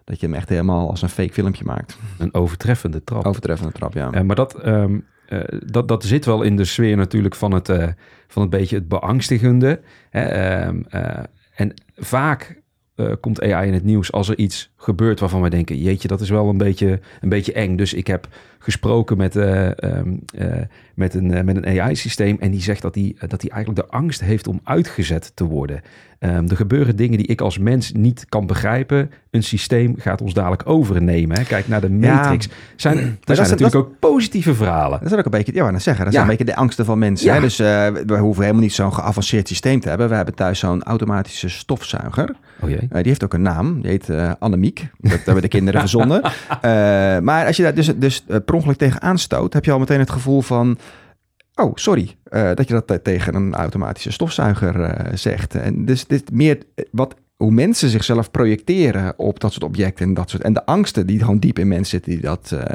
dat je hem echt helemaal als een fake filmpje maakt. Een overtreffende trap. Overtreffende trap, ja. Uh, maar dat, um, uh, dat, dat zit wel in de sfeer natuurlijk van het, uh, van het beetje het beangstigende. Hè? Um, uh, en vaak uh, komt A I in het nieuws als er iets gebeurt waarvan wij denken, jeetje, dat is wel een beetje, een beetje eng. Dus ik heb gesproken met, uh, um, uh, met een, uh, met een A I-systeem en die zegt dat hij uh, dat hij eigenlijk de angst heeft om uitgezet te worden. Um, er gebeuren dingen die ik als mens niet kan begrijpen. Een systeem gaat ons dadelijk overnemen. Hè. Kijk naar de Matrix. Ja, zijn, er dat zijn is, natuurlijk dat, ook positieve verhalen. Dat is ook een beetje, ja, maar dan zeggen. Dat ja. zijn een beetje de angsten van mensen. Ja. Hè? Dus uh, we hoeven helemaal niet zo'n geavanceerd systeem te hebben. We hebben thuis zo'n automatische stofzuiger. Oh jee. Uh, die heeft ook een naam. Die heet uh, Annemiek. Dat hebben de kinderen verzonnen. Uh, maar als je daar dus, dus uh, per ongeluk tegen aanstoot, heb je al meteen het gevoel van, oh, sorry, uh, dat je dat tegen een automatische stofzuiger uh, zegt. En dus dit meer wat, hoe mensen zichzelf projecteren op dat soort objecten en dat soort, en de angsten die gewoon diep in mensen zitten, die dat, uh,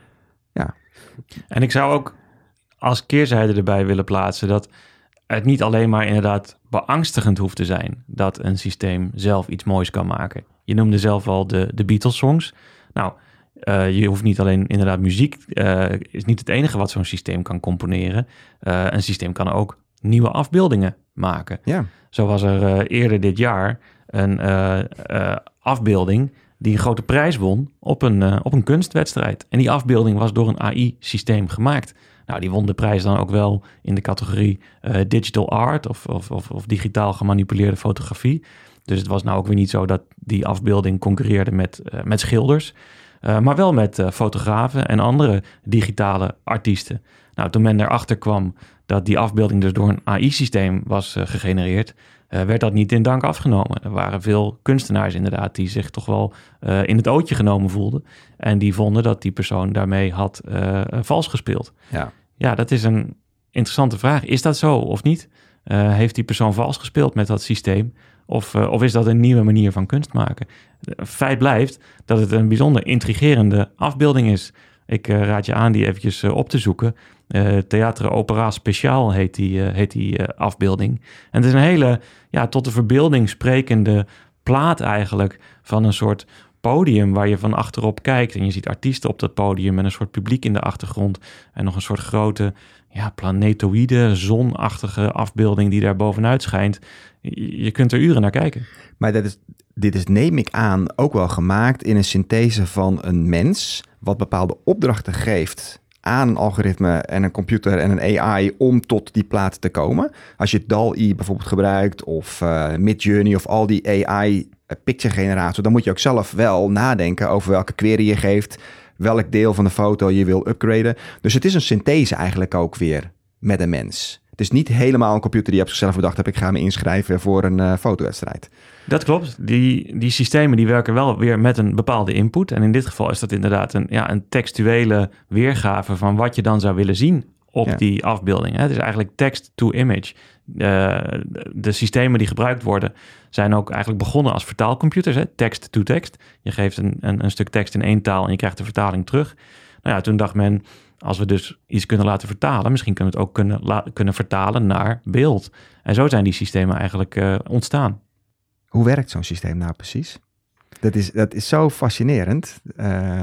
ja. En ik zou ook als keerzijde erbij willen plaatsen dat het niet alleen maar inderdaad beangstigend hoeft te zijn dat een systeem zelf iets moois kan maken. Je noemde zelf al de, de Beatles-songs. Nou, Uh, je hoeft niet alleen inderdaad muziek, uh, is niet het enige wat zo'n systeem kan componeren. Uh, een systeem kan ook nieuwe afbeeldingen maken. Ja. Zo was er uh, eerder dit jaar een uh, uh, afbeelding die een grote prijs won op een, uh, op een kunstwedstrijd. En die afbeelding was door een A I-systeem gemaakt. Nou, die won de prijs dan ook wel in de categorie uh, digital art of, of, of, of digitaal gemanipuleerde fotografie. Dus het was nou ook weer niet zo dat die afbeelding concurreerde met, uh, met schilders. Uh, maar wel met uh, fotografen en andere digitale artiesten. Nou, toen men erachter kwam dat die afbeelding dus door een A I-systeem was uh, gegenereerd, uh, werd dat niet in dank afgenomen. Er waren veel kunstenaars inderdaad die zich toch wel uh, in het ootje genomen voelden. En die vonden dat die persoon daarmee had uh, vals gespeeld. Ja. Ja, dat is een interessante vraag. Is dat zo of niet? Uh, heeft die persoon vals gespeeld met dat systeem? Of, uh, of is dat een nieuwe manier van kunst maken? Feit blijft dat het een bijzonder intrigerende afbeelding is. Ik uh, raad je aan die eventjes uh, op te zoeken. Uh, Theater Opera Speciaal heet die, uh, heet die uh, afbeelding. En het is een hele ja, tot de verbeelding sprekende plaat eigenlijk van een soort podium waar je van achterop kijkt. En je ziet artiesten op dat podium met een soort publiek in de achtergrond. En nog een soort grote ja, planetoïde, zonachtige afbeelding die daar bovenuit schijnt. Je kunt er uren naar kijken. Maar dat is, dit is, neem ik aan, ook wel gemaakt in een synthese van een mens, wat bepaalde opdrachten geeft aan een algoritme en een computer en een A I om tot die plaat te komen. Als je D A L L-E bijvoorbeeld gebruikt of uh, Midjourney of al die A I picture generator, dan moet je ook zelf wel nadenken over welke query je geeft, welk deel van de foto je wil upgraden. Dus het is een synthese eigenlijk ook weer met een mens. Het is niet helemaal een computer die op zichzelf bedacht heeft, ik ga me inschrijven voor een uh, fotowedstrijd. Dat klopt. Die, die systemen die werken wel weer met een bepaalde input. En in dit geval is dat inderdaad een, ja, een textuele weergave van wat je dan zou willen zien op ja. die afbeelding. Het is eigenlijk text to image. Uh, de systemen die gebruikt worden zijn ook eigenlijk begonnen als vertaalcomputers. Hè? Text to text. Je geeft een, een, een stuk tekst in één taal en je krijgt de vertaling terug. Nou ja, toen dacht men, als we dus iets kunnen laten vertalen, misschien kunnen we het ook kunnen, la, kunnen vertalen naar beeld. En zo zijn die systemen eigenlijk uh, ontstaan. Hoe werkt zo'n systeem nou precies? Dat is, dat is zo fascinerend. Uh,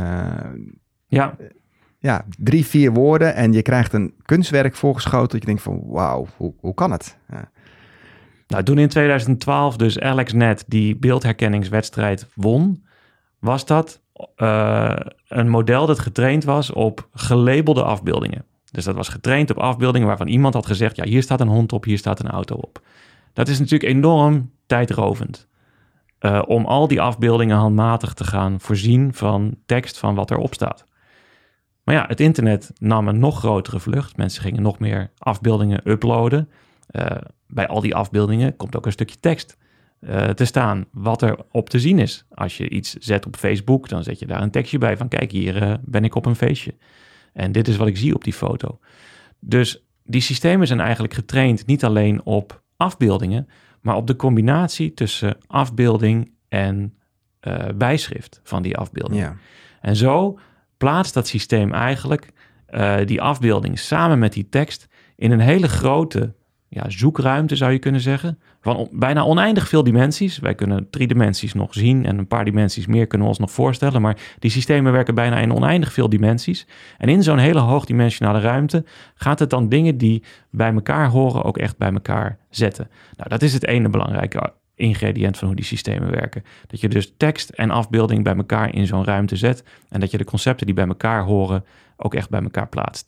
ja. Ja, drie, vier woorden en je krijgt een kunstwerk voorgeschoten dat je denkt van wauw, hoe, hoe kan het? Ja. Nou, toen in tweeduizend twaalf dus AlexNet die beeldherkenningswedstrijd won, was dat uh, een model dat getraind was op gelabelde afbeeldingen. Dus dat was getraind op afbeeldingen waarvan iemand had gezegd, ja, hier staat een hond op, hier staat een auto op. Dat is natuurlijk enorm tijdrovend. Uh, om al die afbeeldingen handmatig te gaan voorzien van tekst van wat erop staat. Maar ja, het internet nam een nog grotere vlucht. Mensen gingen nog meer afbeeldingen uploaden. Uh, bij al die afbeeldingen komt ook een stukje tekst uh, te staan wat er op te zien is. Als je iets zet op Facebook, dan zet je daar een tekstje bij van kijk, hier uh, ben ik op een feestje. En dit is wat ik zie op die foto. Dus die systemen zijn eigenlijk getraind niet alleen op afbeeldingen, maar op de combinatie tussen afbeelding en uh, bijschrift van die afbeelding. Ja. En zo plaatst dat systeem eigenlijk uh, die afbeelding samen met die tekst in een hele grote ja, zoekruimte, zou je kunnen zeggen. Van on, bijna oneindig veel dimensies. Wij kunnen drie dimensies nog zien en een paar dimensies meer kunnen we ons nog voorstellen. Maar die systemen werken bijna in oneindig veel dimensies. En in zo'n hele hoogdimensionale ruimte gaat het dan dingen die bij elkaar horen ook echt bij elkaar zetten. Nou, dat is het ene belangrijke ingrediënt van hoe die systemen werken. Dat je dus tekst en afbeelding bij elkaar in zo'n ruimte zet en dat je de concepten die bij elkaar horen ook echt bij elkaar plaatst.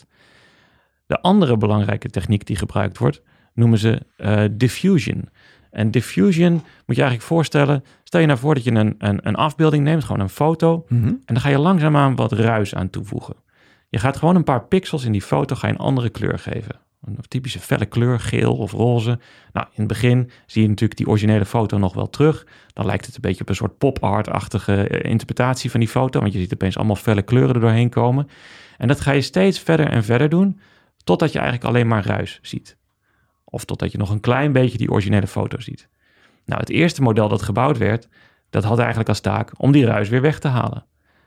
De andere belangrijke techniek die gebruikt wordt, noemen ze uh, diffusion. En diffusion moet je eigenlijk voorstellen, stel je nou voor dat je een, een, een afbeelding neemt, gewoon een foto, mm-hmm. en dan ga je langzaamaan wat ruis aan toevoegen. Je gaat gewoon een paar pixels in die foto, ga je een andere kleur geven. Een typische felle kleur, geel of roze. Nou, in het begin zie je natuurlijk die originele foto nog wel terug. Dan lijkt het een beetje op een soort pop-art-achtige interpretatie van die foto, want je ziet opeens allemaal felle kleuren er doorheen komen. En dat ga je steeds verder en verder doen, totdat je eigenlijk alleen maar ruis ziet. Of totdat je nog een klein beetje die originele foto ziet. Nou, het eerste model dat gebouwd werd, dat had eigenlijk als taak om die ruis weer weg te halen.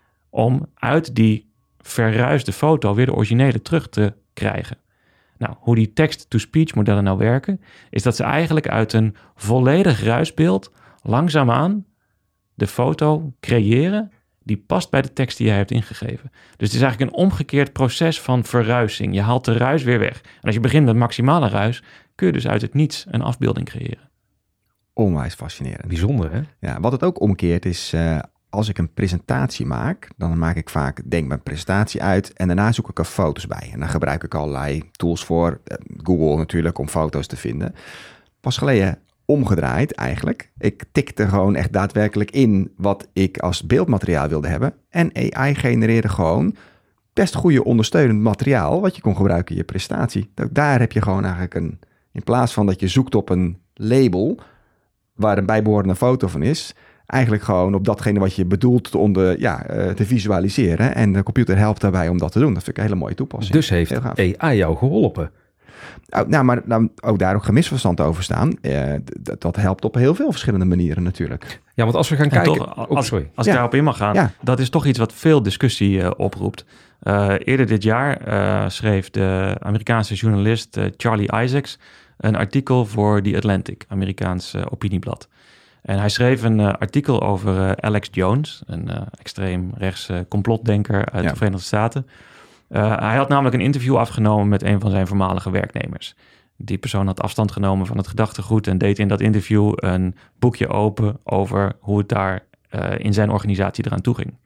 Om uit die verruisde foto weer de originele terug te krijgen. Nou, hoe die text-to-speech modellen nou werken, is dat ze eigenlijk uit een volledig ruisbeeld langzaamaan de foto creëren die past bij de tekst die jij hebt ingegeven. Dus het is eigenlijk een omgekeerd proces van verruising. Je haalt de ruis weer weg. En als je begint met maximale ruis, kun je dus uit het niets een afbeelding creëren. Onwijs fascinerend. Bijzonder, hè? Ja, wat het ook omkeert is, uh, als ik een presentatie maak, dan maak ik vaak, denk mijn presentatie uit en daarna zoek ik er foto's bij. En dan gebruik ik allerlei tools voor, uh, Google natuurlijk, om foto's te vinden. Pas geleden omgedraaid eigenlijk. Ik tikte gewoon echt daadwerkelijk in wat ik als beeldmateriaal wilde hebben. En A I genereerde gewoon best goede ondersteunend materiaal wat je kon gebruiken in je presentatie. Daar heb je gewoon eigenlijk een, in plaats van dat je zoekt op een label waar een bijbehorende foto van is, eigenlijk gewoon op datgene wat je bedoelt te, onder, ja, uh, te visualiseren. En de computer helpt daarbij om dat te doen. Dat vind ik een hele mooie toepassing. Dus heeft A I jou geholpen? Oh, nou, maar nou, ook daar ook geen misverstand over staan. Uh, d- dat helpt op heel veel verschillende manieren natuurlijk. Ja, want als we gaan en kijken... Toch, als, sorry. als ja. ik daarop in mag gaan, ja. dat is toch iets wat veel discussie uh, oproept. Uh, eerder dit jaar uh, schreef de Amerikaanse journalist uh, Charlie Isaacs een artikel voor The Atlantic, Amerikaans uh, opinieblad. En hij schreef een uh, artikel over uh, Alex Jones, een uh, extreem rechts uh, complotdenker uit ja. de Verenigde Staten. Uh, hij had namelijk een interview afgenomen met een van zijn voormalige werknemers. Die persoon had afstand genomen van het gedachtegoed en deed in dat interview een boekje open over hoe het daar uh, in zijn organisatie eraan toe ging.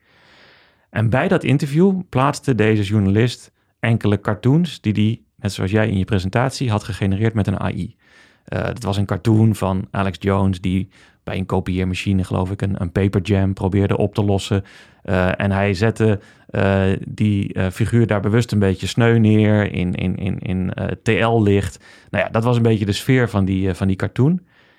En bij dat interview plaatste deze journalist enkele cartoons die hij, net zoals jij in je presentatie, had gegenereerd met een A I. Uh, het was een cartoon van Alex Jones die bij een kopieermachine, geloof ik, een, een paper jam probeerde op te lossen. Uh, en hij zette uh, die uh, figuur daar bewust een beetje sneu neer in, in, in, in uh, T L-licht. Nou ja, dat was een beetje de sfeer van die, uh, van die cartoon.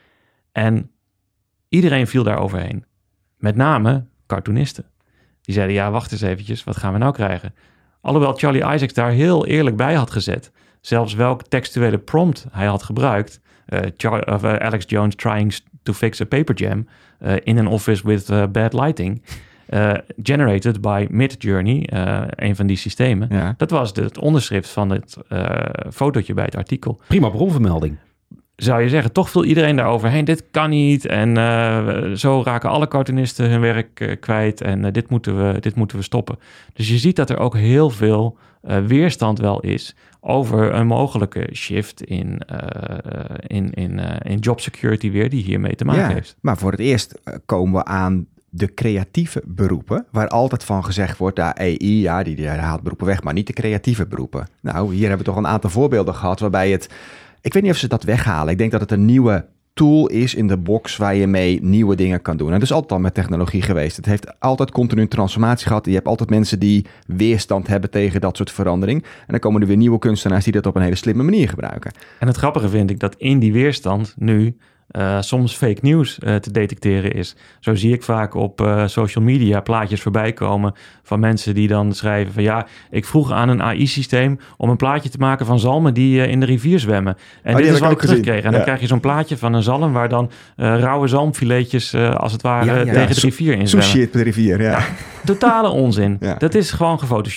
En iedereen viel daar overheen. Met name cartoonisten. Die zeiden, ja, wacht eens eventjes, wat gaan we nou krijgen? Alhoewel Charlie Isaacs daar heel eerlijk bij had gezet. Zelfs welk textuele prompt hij had gebruikt. Uh, Char- of, uh, Alex Jones trying to fix a paper jam uh, in an office with uh, bad lighting. Uh, generated by Midjourney, uh, een van die systemen. Ja. Dat was de, het onderschrift van het uh, fotootje bij het artikel. Prima bronvermelding. Zou je zeggen, toch viel iedereen daar overheen. Dit kan niet en uh, zo raken alle cartoonisten hun werk uh, kwijt en uh, dit, moeten we, dit moeten we stoppen. Dus je ziet dat er ook heel veel uh, weerstand wel is over een mogelijke shift in, uh, in, in, uh, in job security weer die hiermee te maken ja, heeft. Maar voor het eerst komen we aan de creatieve beroepen, waar altijd van gezegd wordt, ja, A I, ja, die, die haalt beroepen weg, maar niet de creatieve beropen. Nou, hier hebben we toch een aantal voorbeelden gehad waarbij het, ik weet niet of ze dat weghalen. Ik denk dat het een nieuwe tool is in de box waar je mee nieuwe dingen kan doen. En dat is altijd al met technologie geweest. Het heeft altijd continu een transformatie gehad. Je hebt altijd mensen die weerstand hebben tegen dat soort verandering. En dan komen er weer nieuwe kunstenaars die dat op een hele slimme manier gebruiken. En het grappige vind ik dat in die weerstand nu Uh, soms fake nieuws uh, te detecteren is. Zo zie ik vaak op uh, social media plaatjes voorbij komen van mensen die dan schrijven van ja, ik vroeg aan een A I-systeem om een plaatje te maken van zalmen die uh, in de rivier zwemmen. En oh, dit is wat ik terugkreeg. En ja. dan krijg je zo'n plaatje van een zalm waar dan uh, rauwe zalmfiletjes uh, als het ware ja, ja, tegen ja. de rivier in zwemmen. Sushi op de rivier, ja. ja. Totale onzin. Ja. Dat is gewoon gefotoshopt.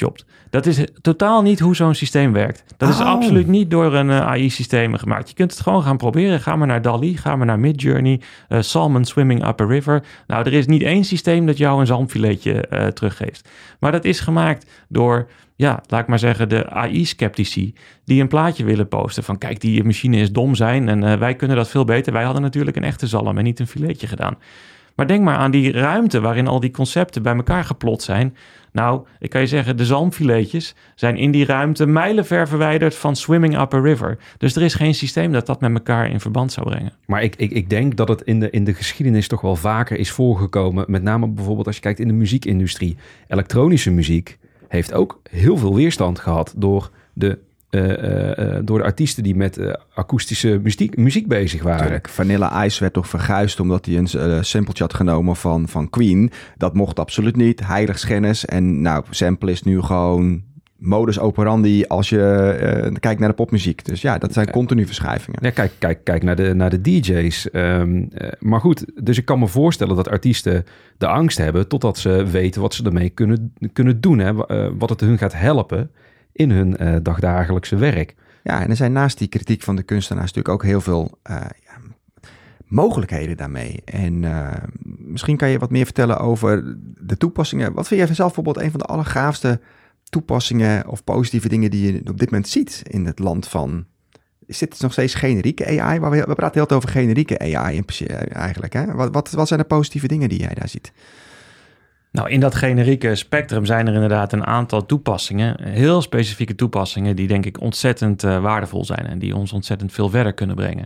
Dat is totaal niet hoe zo'n systeem werkt. Dat is Oh. absoluut niet door een uh, A I-systeem gemaakt. Je kunt het gewoon gaan proberen. Ga maar naar DALL-E, ga maar naar Midjourney, uh, Salmon Swimming Up a River. Nou, er is niet één systeem dat jou een zalmfiletje uh, teruggeeft. Maar dat is gemaakt door, ja, laat ik maar zeggen, de A I-sceptici die een plaatje willen posten van kijk, die machine is dom zijn en uh, wij kunnen dat veel beter. Wij hadden natuurlijk een echte zalm en niet een filetje gedaan. Maar denk maar aan die ruimte waarin al die concepten bij elkaar geplot zijn. Nou, ik kan je zeggen, de zalmfiletjes zijn in die ruimte mijlenver verwijderd van Swimming Up a River. Dus er is geen systeem dat dat met elkaar in verband zou brengen. Maar ik, ik, ik denk dat het in de, in de geschiedenis toch wel vaker is voorgekomen. Met name bijvoorbeeld als je kijkt in de muziekindustrie. Elektronische muziek heeft ook heel veel weerstand gehad door de, uh, uh, door de artiesten die met uh, akoestische muziek, muziek bezig waren. Tuurlijk. Vanilla Ice werd toch verguisd omdat hij een uh, sampletje had genomen van, van Queen. Dat mocht absoluut niet. Heiligschennis. En nou, sample is nu gewoon modus operandi als je uh, kijkt naar de popmuziek. Dus ja, dat zijn Ja. continu verschuivingen. Ja, kijk, kijk, kijk naar de, naar de D J's. Um, uh, maar goed, dus ik kan me voorstellen dat artiesten de angst hebben totdat ze weten wat ze ermee kunnen, kunnen doen. Hè? Uh, wat het hun gaat helpen in hun uh, dagdagelijkse werk. Ja, en er zijn naast die kritiek van de kunstenaars natuurlijk ook heel veel uh, ja, mogelijkheden daarmee. En uh, misschien kan je wat meer vertellen over de toepassingen. Wat vind jij zelf bijvoorbeeld een van de allergaafste toepassingen of positieve dingen die je op dit moment ziet in het land van... Is dit nog steeds generieke A I? We, we praten heel veel over generieke A I in, eigenlijk. Hè? Wat, wat, wat zijn de positieve dingen die jij daar ziet? Nou, in dat generieke spectrum zijn er inderdaad een aantal toepassingen, heel specifieke toepassingen, die denk ik ontzettend uh, waardevol zijn en die ons ontzettend veel verder kunnen brengen.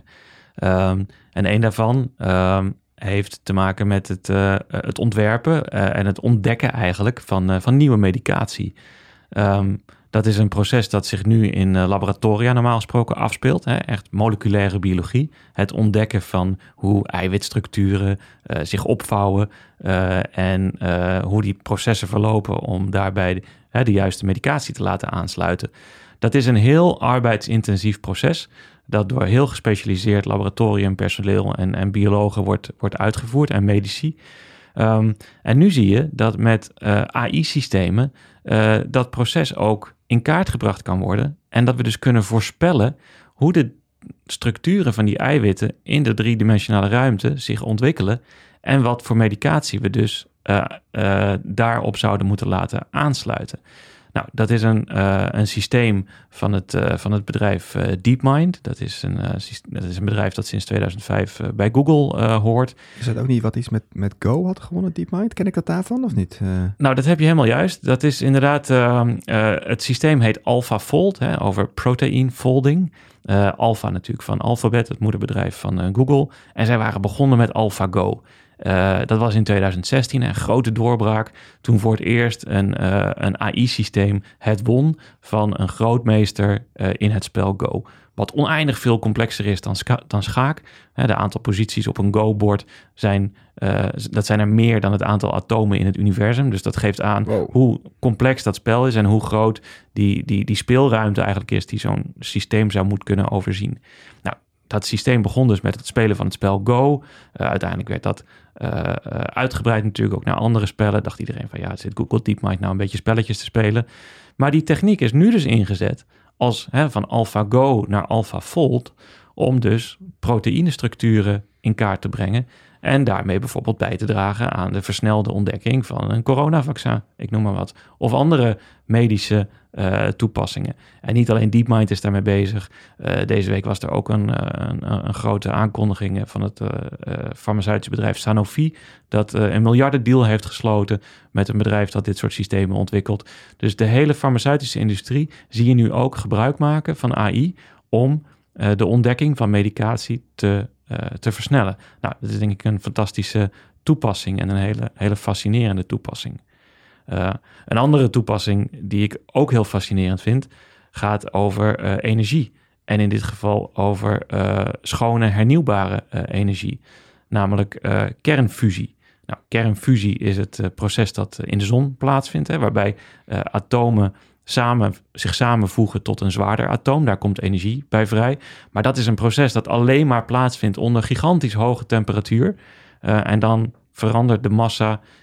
Um, en een daarvan um, heeft te maken met het, uh, het ontwerpen uh, en het ontdekken eigenlijk van, uh, van nieuwe medicatie. Um, dat is een proces dat zich nu in uh, laboratoria normaal gesproken afspeelt. Hè? Echt moleculaire biologie. Het ontdekken van hoe eiwitstructuren uh, zich opvouwen uh, en uh, hoe die processen verlopen om daarbij de, hè, de juiste medicatie te laten aansluiten. Dat is een heel arbeidsintensief proces dat door heel gespecialiseerd laboratoriumpersoneel en, en biologen wordt, wordt uitgevoerd en medici. Um, en nu zie je dat met uh, A I-systemen uh, dat proces ook in kaart gebracht kan worden. En dat we dus kunnen voorspellen hoe de structuren van die eiwitten in de driedimensionale ruimte zich ontwikkelen. En wat voor medicatie we dus uh, uh, daarop zouden moeten laten aansluiten. Nou, dat is een, uh, een systeem van het, uh, van het bedrijf uh, DeepMind. Dat is, een, uh, dat is een bedrijf dat sinds tweeduizend vijf uh, bij Google uh, hoort. Is dat ook niet wat iets met, met Go had gewonnen, DeepMind? Ken ik dat daarvan of niet? Uh... Nou, dat heb je helemaal juist. Dat is inderdaad, uh, uh, het systeem heet AlphaFold, hè, over protein folding. Uh, Alpha natuurlijk van Alphabet, het moederbedrijf van uh, Google. En zij waren begonnen met AlphaGo. Uh, dat was in tweeduizend zestien een grote doorbraak. Toen voor het eerst een, uh, een A I-systeem het won van een grootmeester uh, in het spel Go. Wat oneindig veel complexer is dan, ska- dan schaak. Hè, de aantal posities op een Go-bord zijn, uh, dat zijn er meer dan het aantal atomen in het universum. Dus dat geeft aan Wow. hoe complex dat spel is en hoe groot die, die, die speelruimte eigenlijk is die zo'n systeem zou moeten kunnen overzien. Nou, dat systeem begon dus met het spelen van het spel Go. Uh, uiteindelijk werd dat uh, uh, uitgebreid natuurlijk ook naar andere spellen. Dacht iedereen van ja, zit Google DeepMind nou een beetje spelletjes te spelen. Maar die techniek is nu dus ingezet als hè, van AlphaGo naar AlphaFold om dus proteïnestructuren in kaart te brengen en daarmee bijvoorbeeld bij te dragen aan de versnelde ontdekking van een coronavaccin, ik noem maar wat, of andere medische uh, toepassingen. En niet alleen DeepMind is daarmee bezig. Uh, deze week was er ook een, uh, een, een grote aankondiging van het uh, uh, farmaceutische bedrijf Sanofi dat uh, een miljardendeal heeft gesloten met een bedrijf dat dit soort systemen ontwikkelt. Dus de hele farmaceutische industrie zie je nu ook gebruik maken van A I om uh, de ontdekking van medicatie te, uh, te versnellen. Nou, dat is denk ik een fantastische toepassing en een hele, hele fascinerende toepassing. Uh, een andere toepassing die ik ook heel fascinerend vind, gaat over uh, energie. En in dit geval over uh, schone hernieuwbare uh, energie, namelijk uh, kernfusie. Nou, kernfusie is het uh, proces dat uh, in de zon plaatsvindt, hè, waarbij uh, atomen samen, zich samenvoegen tot een zwaarder atoom. Daar komt energie bij vrij. Maar dat is een proces dat alleen maar plaatsvindt onder gigantisch hoge temperatuur. Uh, en dan verandert de massa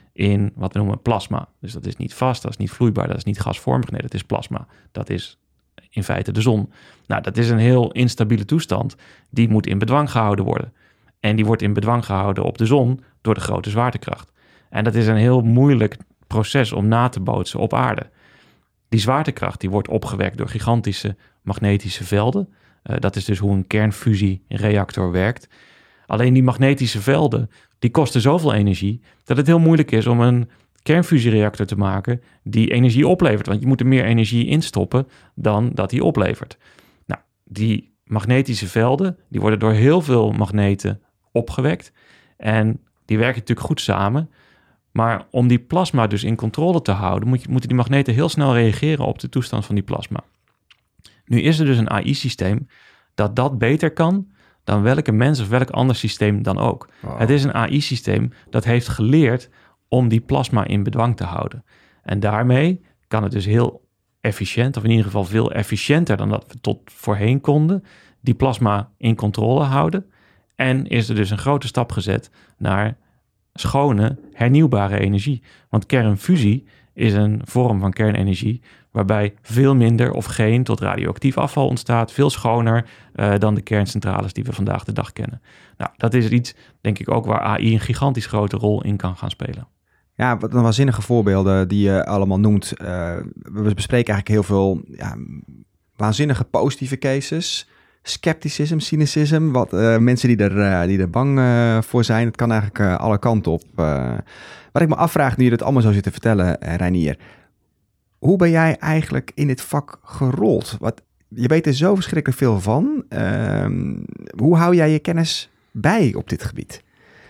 in wat we noemen plasma. Dus dat is niet vast, dat is niet vloeibaar, dat is niet gasvormig. Nee, dat is plasma. Dat is in feite de zon. Nou, dat is een heel instabiele toestand. Die moet in bedwang gehouden worden. En die wordt in bedwang gehouden op de zon door de grote zwaartekracht. En dat is een heel moeilijk proces om na te bootsen op aarde. Die zwaartekracht die wordt opgewekt door gigantische magnetische velden. Uh, dat is dus hoe een kernfusiereactor werkt. Alleen die magnetische velden, die kosten zoveel energie dat het heel moeilijk is om een kernfusiereactor te maken die energie oplevert. Want je moet er meer energie in stoppen dan dat die oplevert. Nou, die magnetische velden, die worden door heel veel magneten opgewekt. En die werken natuurlijk goed samen. Maar om die plasma dus in controle te houden, moet je, moeten die magneten heel snel reageren op de toestand van die plasma. Nu is er dus een A I-systeem dat dat beter kan dan welke mens of welk ander systeem dan ook. Wow. Het is een A I-systeem dat heeft geleerd om die plasma in bedwang te houden. En daarmee kan het dus heel efficiënt, of in ieder geval veel efficiënter dan dat we tot voorheen konden, die plasma in controle houden. En is er dus een grote stap gezet naar schone, hernieuwbare energie. Want kernfusie is een vorm van kernenergie waarbij veel minder of geen tot radioactief afval ontstaat, veel schoner uh, dan de kerncentrales die we vandaag de dag kennen. Nou, dat is iets, denk ik ook, waar A I een gigantisch grote rol in kan gaan spelen. Ja, wat een waanzinnige voorbeelden die je allemaal noemt. Uh, we bespreken eigenlijk heel veel ja, waanzinnige positieve cases. Scepticism, cynicism, wat uh, mensen die er, uh, die er bang uh, voor zijn. Het kan eigenlijk uh, alle kanten op. Uh, wat ik me afvraag, nu je het allemaal zo zit te vertellen, uh, Reinier. Hoe ben jij eigenlijk in dit vak gerold? Wat, je weet er zo verschrikkelijk veel van. Uh, hoe hou jij je kennis bij op dit gebied?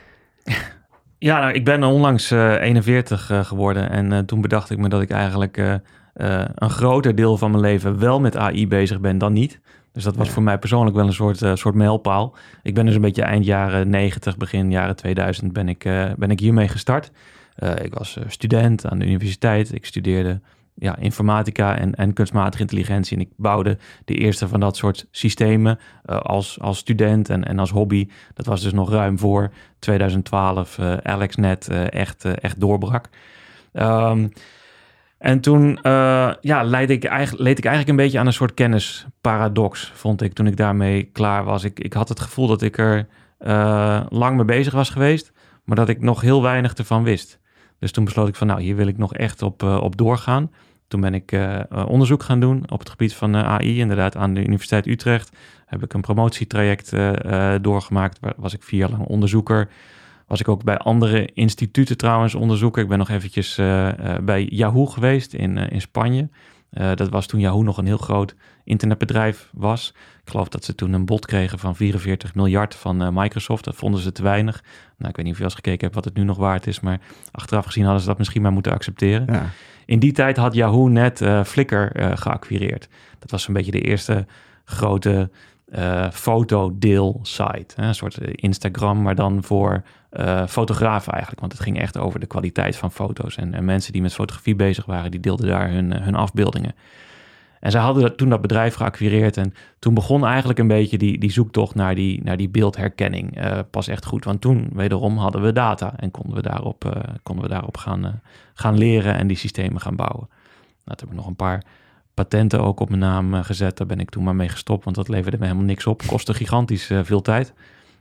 Ja, nou, ik ben onlangs uh, eenenveertig uh, geworden. En uh, toen bedacht ik me dat ik eigenlijk uh, uh, een groter deel van mijn leven wel met A I bezig ben dan niet. Dus dat was ja. voor mij persoonlijk wel een soort, uh, soort mijlpaal. Ik ben dus een beetje eind jaren negentig, begin jaren tweeduizend ben ik, uh, ben ik hiermee gestart. Uh, ik was uh, student aan de universiteit. Ik studeerde ja, informatica en, en kunstmatige intelligentie. En ik bouwde de eerste van dat soort systemen uh, als, als student en, en als hobby. Dat was dus nog ruim voor tweeduizend twaalf uh, AlexNet uh, echt, uh, echt doorbrak. Um, En toen uh, ja, leid ik eigenlijk, leed ik eigenlijk een beetje aan een soort kennisparadox, vond ik, toen ik daarmee klaar was. Ik, ik had het gevoel dat ik er uh, lang mee bezig was geweest, maar dat ik nog heel weinig ervan wist. Dus toen besloot ik van, nou, hier wil ik nog echt op, uh, op doorgaan. Toen ben ik uh, onderzoek gaan doen op het gebied van uh, A I. Inderdaad, aan de Universiteit Utrecht heb ik een promotietraject uh, uh, doorgemaakt. Waar was ik vier jaar lang onderzoeker. Was ik ook bij andere instituten trouwens onderzoeker. Ik ben nog eventjes uh, uh, bij Yahoo geweest in, uh, in Spanje. Uh, dat was toen Yahoo nog een heel groot internetbedrijf was. Ik geloof dat ze toen een bod kregen van vierenveertig miljard van uh, Microsoft. Dat vonden ze te weinig. Nou, ik weet niet of je wel eens gekeken hebt wat het nu nog waard is. Maar achteraf gezien hadden ze dat misschien maar moeten accepteren. Ja. In die tijd had Yahoo net uh, Flickr uh, geacquireerd. Dat was een beetje de eerste grote uh, fotodeel-site. Hè? Een soort Instagram, maar dan voor uh, fotografen eigenlijk. Want het ging echt over de kwaliteit van foto's. En, en mensen die met fotografie bezig waren, die deelden daar hun, hun afbeeldingen. En zij hadden dat, toen dat bedrijf geacquireerd. En toen begon eigenlijk een beetje die, die zoektocht naar die, naar die beeldherkenning uh, pas echt goed. Want toen, wederom, hadden we data. En konden we daarop, uh, konden we daarop gaan, uh, gaan leren en die systemen gaan bouwen. Nou, toen heb ik nog een paar patenten ook op mijn naam uh, gezet. Daar ben ik toen maar mee gestopt, want dat leverde me helemaal niks op. Kostte gigantisch uh, veel tijd.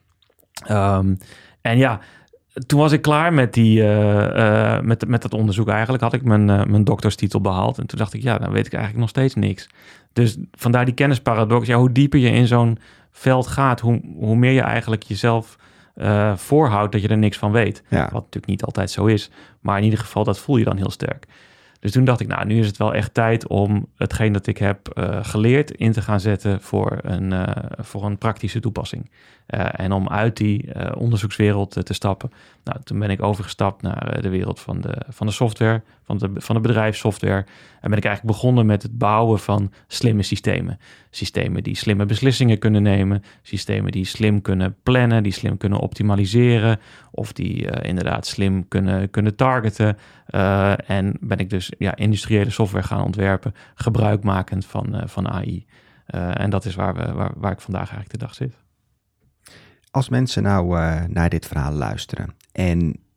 Um, en ja, toen was ik klaar met, die, uh, uh, met, met dat onderzoek eigenlijk. Had ik mijn, uh, mijn doctorstitel behaald. En toen dacht ik, ja, dan weet ik eigenlijk nog steeds niks. Dus vandaar die kennisparadox. Ja, hoe dieper je in zo'n veld gaat, hoe, hoe meer je eigenlijk jezelf uh, voorhoudt dat je er niks van weet. Ja. Wat natuurlijk niet altijd zo is. Maar in ieder geval, dat voel je dan heel sterk. Dus toen dacht ik, nou, nu is het wel echt tijd om hetgeen dat ik heb uh, geleerd in te gaan zetten voor een, uh, voor een praktische toepassing. Uh, en om uit die uh, onderzoekswereld uh, te stappen. Nou, toen ben ik overgestapt naar uh, de wereld van de, van de software, van de, van de bedrijfssoftware. En ben ik eigenlijk begonnen met het bouwen van slimme systemen. Systemen die slimme beslissingen kunnen nemen. Systemen die slim kunnen plannen, die slim kunnen optimaliseren. Of die uh, inderdaad slim kunnen, kunnen targeten. Uh, en ben ik dus ja, industriële software gaan ontwerpen, gebruikmakend van, uh, van A I. Uh, en dat is waar, we, waar, waar ik vandaag eigenlijk de dag zit. Als mensen nou uh, naar dit verhaal luisteren en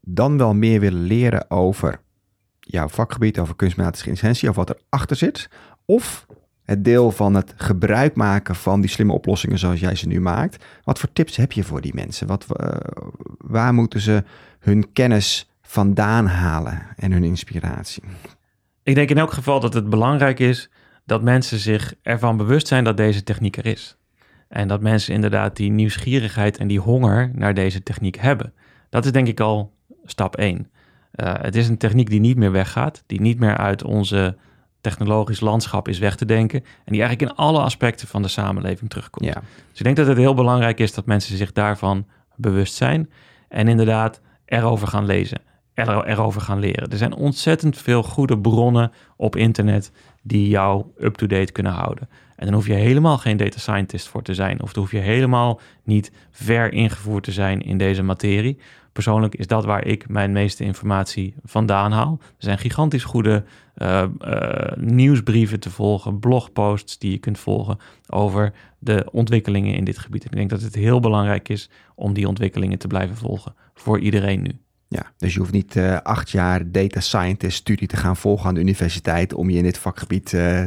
dan wel meer willen leren over jouw vakgebied, over kunstmatige intelligentie, of wat erachter zit, of het deel van het gebruik maken van die slimme oplossingen zoals jij ze nu maakt. Wat voor tips heb je voor die mensen? Wat, uh, waar moeten ze hun kennis vandaan halen en hun inspiratie? Ik denk in elk geval dat het belangrijk is dat mensen zich ervan bewust zijn dat deze techniek er is. En dat mensen inderdaad die nieuwsgierigheid en die honger naar deze techniek hebben. Dat is denk ik al stap één. Uh, het is een techniek die niet meer weggaat, die niet meer uit onze technologisch landschap is weg te denken en die eigenlijk in alle aspecten van de samenleving terugkomt. Ja. Dus ik denk dat het heel belangrijk is dat mensen zich daarvan bewust zijn en inderdaad erover gaan lezen, er, erover gaan leren. Er zijn ontzettend veel goede bronnen op internet die jou up-to-date kunnen houden. En dan hoef je helemaal geen data scientist voor te zijn, of dan hoef je helemaal niet ver ingevoerd te zijn in deze materie. Persoonlijk is dat waar ik mijn meeste informatie vandaan haal. Er zijn gigantisch goede uh, uh, nieuwsbrieven te volgen, blogposts die je kunt volgen over de ontwikkelingen in dit gebied. En ik denk dat het heel belangrijk is om die ontwikkelingen te blijven volgen voor iedereen nu. Ja, dus je hoeft niet uh, acht jaar data scientist studie te gaan volgen aan de universiteit om je in dit vakgebied uh,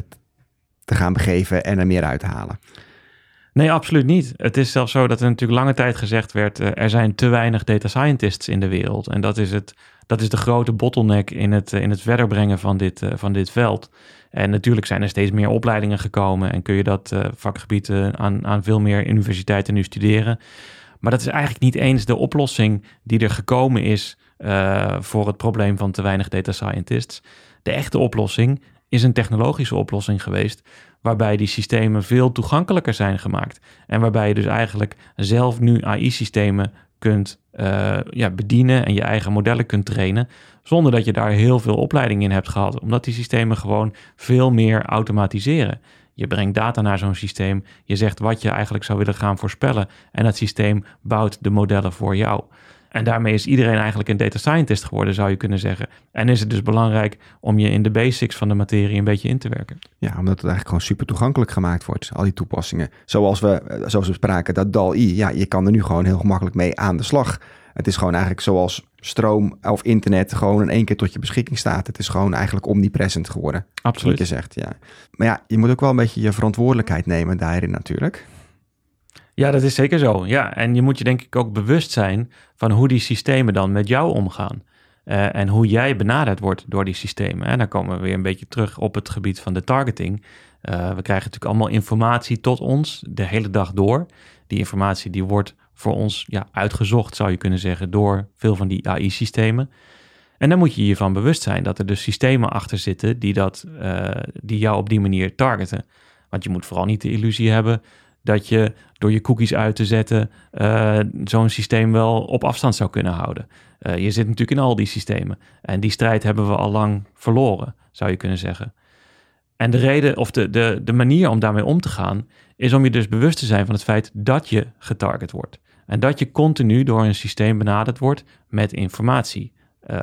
te gaan begeven en er meer uit te halen. Nee, absoluut niet. Het is zelfs zo dat er natuurlijk lange tijd gezegd werd, uh, er zijn te weinig data scientists in de wereld. En dat is, het, dat is de grote bottleneck in het, uh, in het verder brengen van dit, uh, van dit veld. En natuurlijk zijn er steeds meer opleidingen gekomen en kun je dat uh, vakgebied uh, aan, aan veel meer universiteiten nu studeren. Maar dat is eigenlijk niet eens de oplossing die er gekomen is uh, voor het probleem van te weinig data scientists. De echte oplossing is een technologische oplossing geweest, waarbij die systemen veel toegankelijker zijn gemaakt. En waarbij je dus eigenlijk zelf nu A I-systemen kunt uh, ja, bedienen en je eigen modellen kunt trainen, zonder dat je daar heel veel opleiding in hebt gehad. Omdat die systemen gewoon veel meer automatiseren. Je brengt data naar zo'n systeem, je zegt wat je eigenlijk zou willen gaan voorspellen en het systeem bouwt de modellen voor jou. En daarmee is iedereen eigenlijk een data scientist geworden, zou je kunnen zeggen. En is het dus belangrijk om je in de basics van de materie een beetje in te werken. Ja, omdat het eigenlijk gewoon super toegankelijk gemaakt wordt, al die toepassingen. Zoals we, zoals we spraken, dat D A L I, ja, je kan er nu gewoon heel gemakkelijk mee aan de slag. Het is gewoon eigenlijk zoals stroom of internet gewoon in één keer tot je beschikking staat. Het is gewoon eigenlijk omnipresent geworden. Absoluut. Je zegt, ja. Maar ja, je moet ook wel een beetje je verantwoordelijkheid nemen daarin natuurlijk. Ja, dat is zeker zo. Ja, en je moet je denk ik ook bewust zijn van hoe die systemen dan met jou omgaan. Uh, en hoe jij benaderd wordt door die systemen. En dan komen we weer een beetje terug op het gebied van de targeting. Uh, we krijgen natuurlijk allemaal informatie tot ons de hele dag door. Die informatie die wordt voor ons ja, uitgezocht, zou je kunnen zeggen, door veel van die A I-systemen. En dan moet je je van bewust zijn dat er dus systemen achter zitten die, dat, uh, die jou op die manier targeten. Want je moet vooral niet de illusie hebben dat je door je cookies uit te zetten uh, zo'n systeem wel op afstand zou kunnen houden. Uh, je zit natuurlijk in al die systemen. En die strijd hebben we al lang verloren, zou je kunnen zeggen. En de reden of de, de, de manier om daarmee om te gaan is om je dus bewust te zijn van het feit dat je getarget wordt. En dat je continu door een systeem benaderd wordt met informatie. Uh,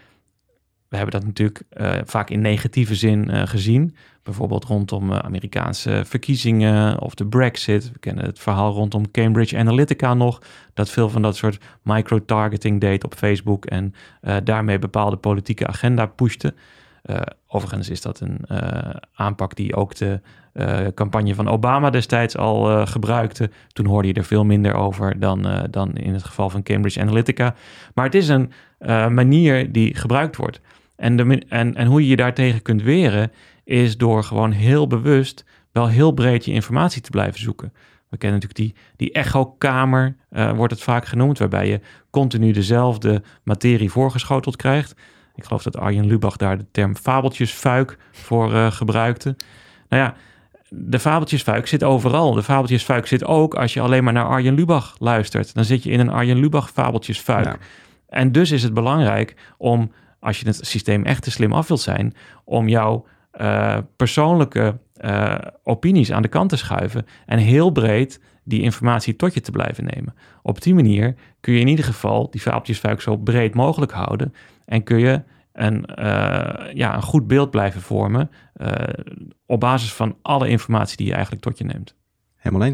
we hebben dat natuurlijk uh, vaak in negatieve zin uh, gezien. Bijvoorbeeld rondom uh, Amerikaanse verkiezingen of de Brexit. We kennen het verhaal rondom Cambridge Analytica nog. Dat veel van dat soort micro-targeting deed op Facebook. En uh, daarmee bepaalde politieke agenda pushte. Uh, overigens is dat een uh, aanpak die ook de uh, campagne van Obama destijds al uh, gebruikte. Toen hoorde je er veel minder over dan, uh, dan in het geval van Cambridge Analytica. Maar het is een uh, manier die gebruikt wordt. En, de, en, en hoe je je daartegen kunt weren is door gewoon heel bewust wel heel breed je informatie te blijven zoeken. We kennen natuurlijk die, die echokamer, uh, wordt het vaak genoemd, waarbij je continu dezelfde materie voorgeschoteld krijgt. Ik geloof dat Arjen Lubach daar de term fabeltjesfuik voor uh, gebruikte. Nou ja, de fabeltjesfuik zit overal. De fabeltjesfuik zit ook als je alleen maar naar Arjen Lubach luistert. Dan zit je in een Arjen Lubach fabeltjesfuik. Ja. En dus is het belangrijk om, als je het systeem echt te slim af wilt zijn, om jouw uh, persoonlijke uh, opinies aan de kant te schuiven en heel breed die informatie tot je te blijven nemen. Op die manier kun je in ieder geval die fabeltjesfuik zo breed mogelijk houden en kun je een, uh, ja, een goed beeld blijven vormen uh, op basis van alle informatie die je eigenlijk tot je neemt. Helemaal eens.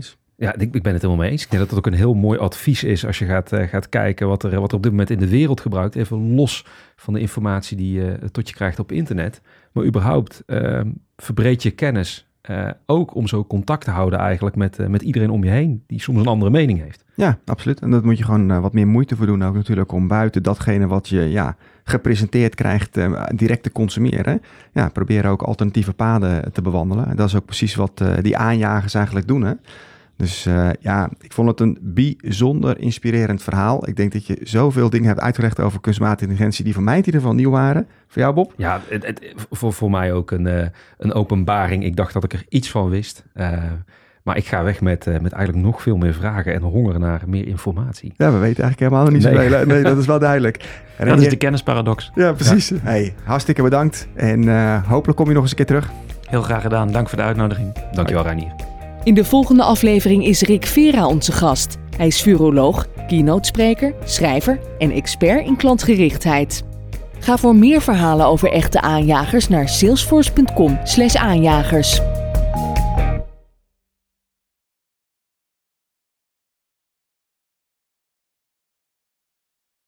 Ja, ik, ik ben het helemaal mee eens. Ik denk dat het ook een heel mooi advies is als je gaat, uh, gaat kijken wat er, wat er op dit moment in de wereld gebruikt. Even los van de informatie die je uh, tot je krijgt op internet. Maar überhaupt uh, verbreed je kennis. Uh, ook om zo contact te houden eigenlijk met, uh, met iedereen om je heen die soms een andere mening heeft. Ja, absoluut. En dat moet je gewoon uh, wat meer moeite voor doen ook natuurlijk om buiten datgene wat je ja, gepresenteerd krijgt uh, direct te consumeren. Ja, probeer ook alternatieve paden te bewandelen. En dat is ook precies wat uh, die aanjagers eigenlijk doen, hè. Dus uh, ja, ik vond het een bijzonder inspirerend verhaal. Ik denk dat je zoveel dingen hebt uitgelegd over kunstmatige intelligentie die voor mij in ieder geval nieuw waren. Voor jou, Bob? Ja, het, het, voor, voor mij ook een, uh, een openbaring. Ik dacht dat ik er iets van wist. Uh, maar ik ga weg met, uh, met eigenlijk nog veel meer vragen en honger naar meer informatie. Ja, we weten eigenlijk helemaal nog niet nee. zoveel. Nee, dat is wel duidelijk. En dat is de kennisparadox. Ja, precies. Ja. Hey, hartstikke bedankt. En uh, hopelijk kom je nog eens een keer terug. Heel graag gedaan. Dank voor de uitnodiging. Dankjewel, Reinier. In de volgende aflevering is Rick Vera onze gast. Hij is viroloog, keynote-spreker, schrijver en expert in klantgerichtheid. Ga voor meer verhalen over echte aanjagers naar salesforce punt com slash aanjagers.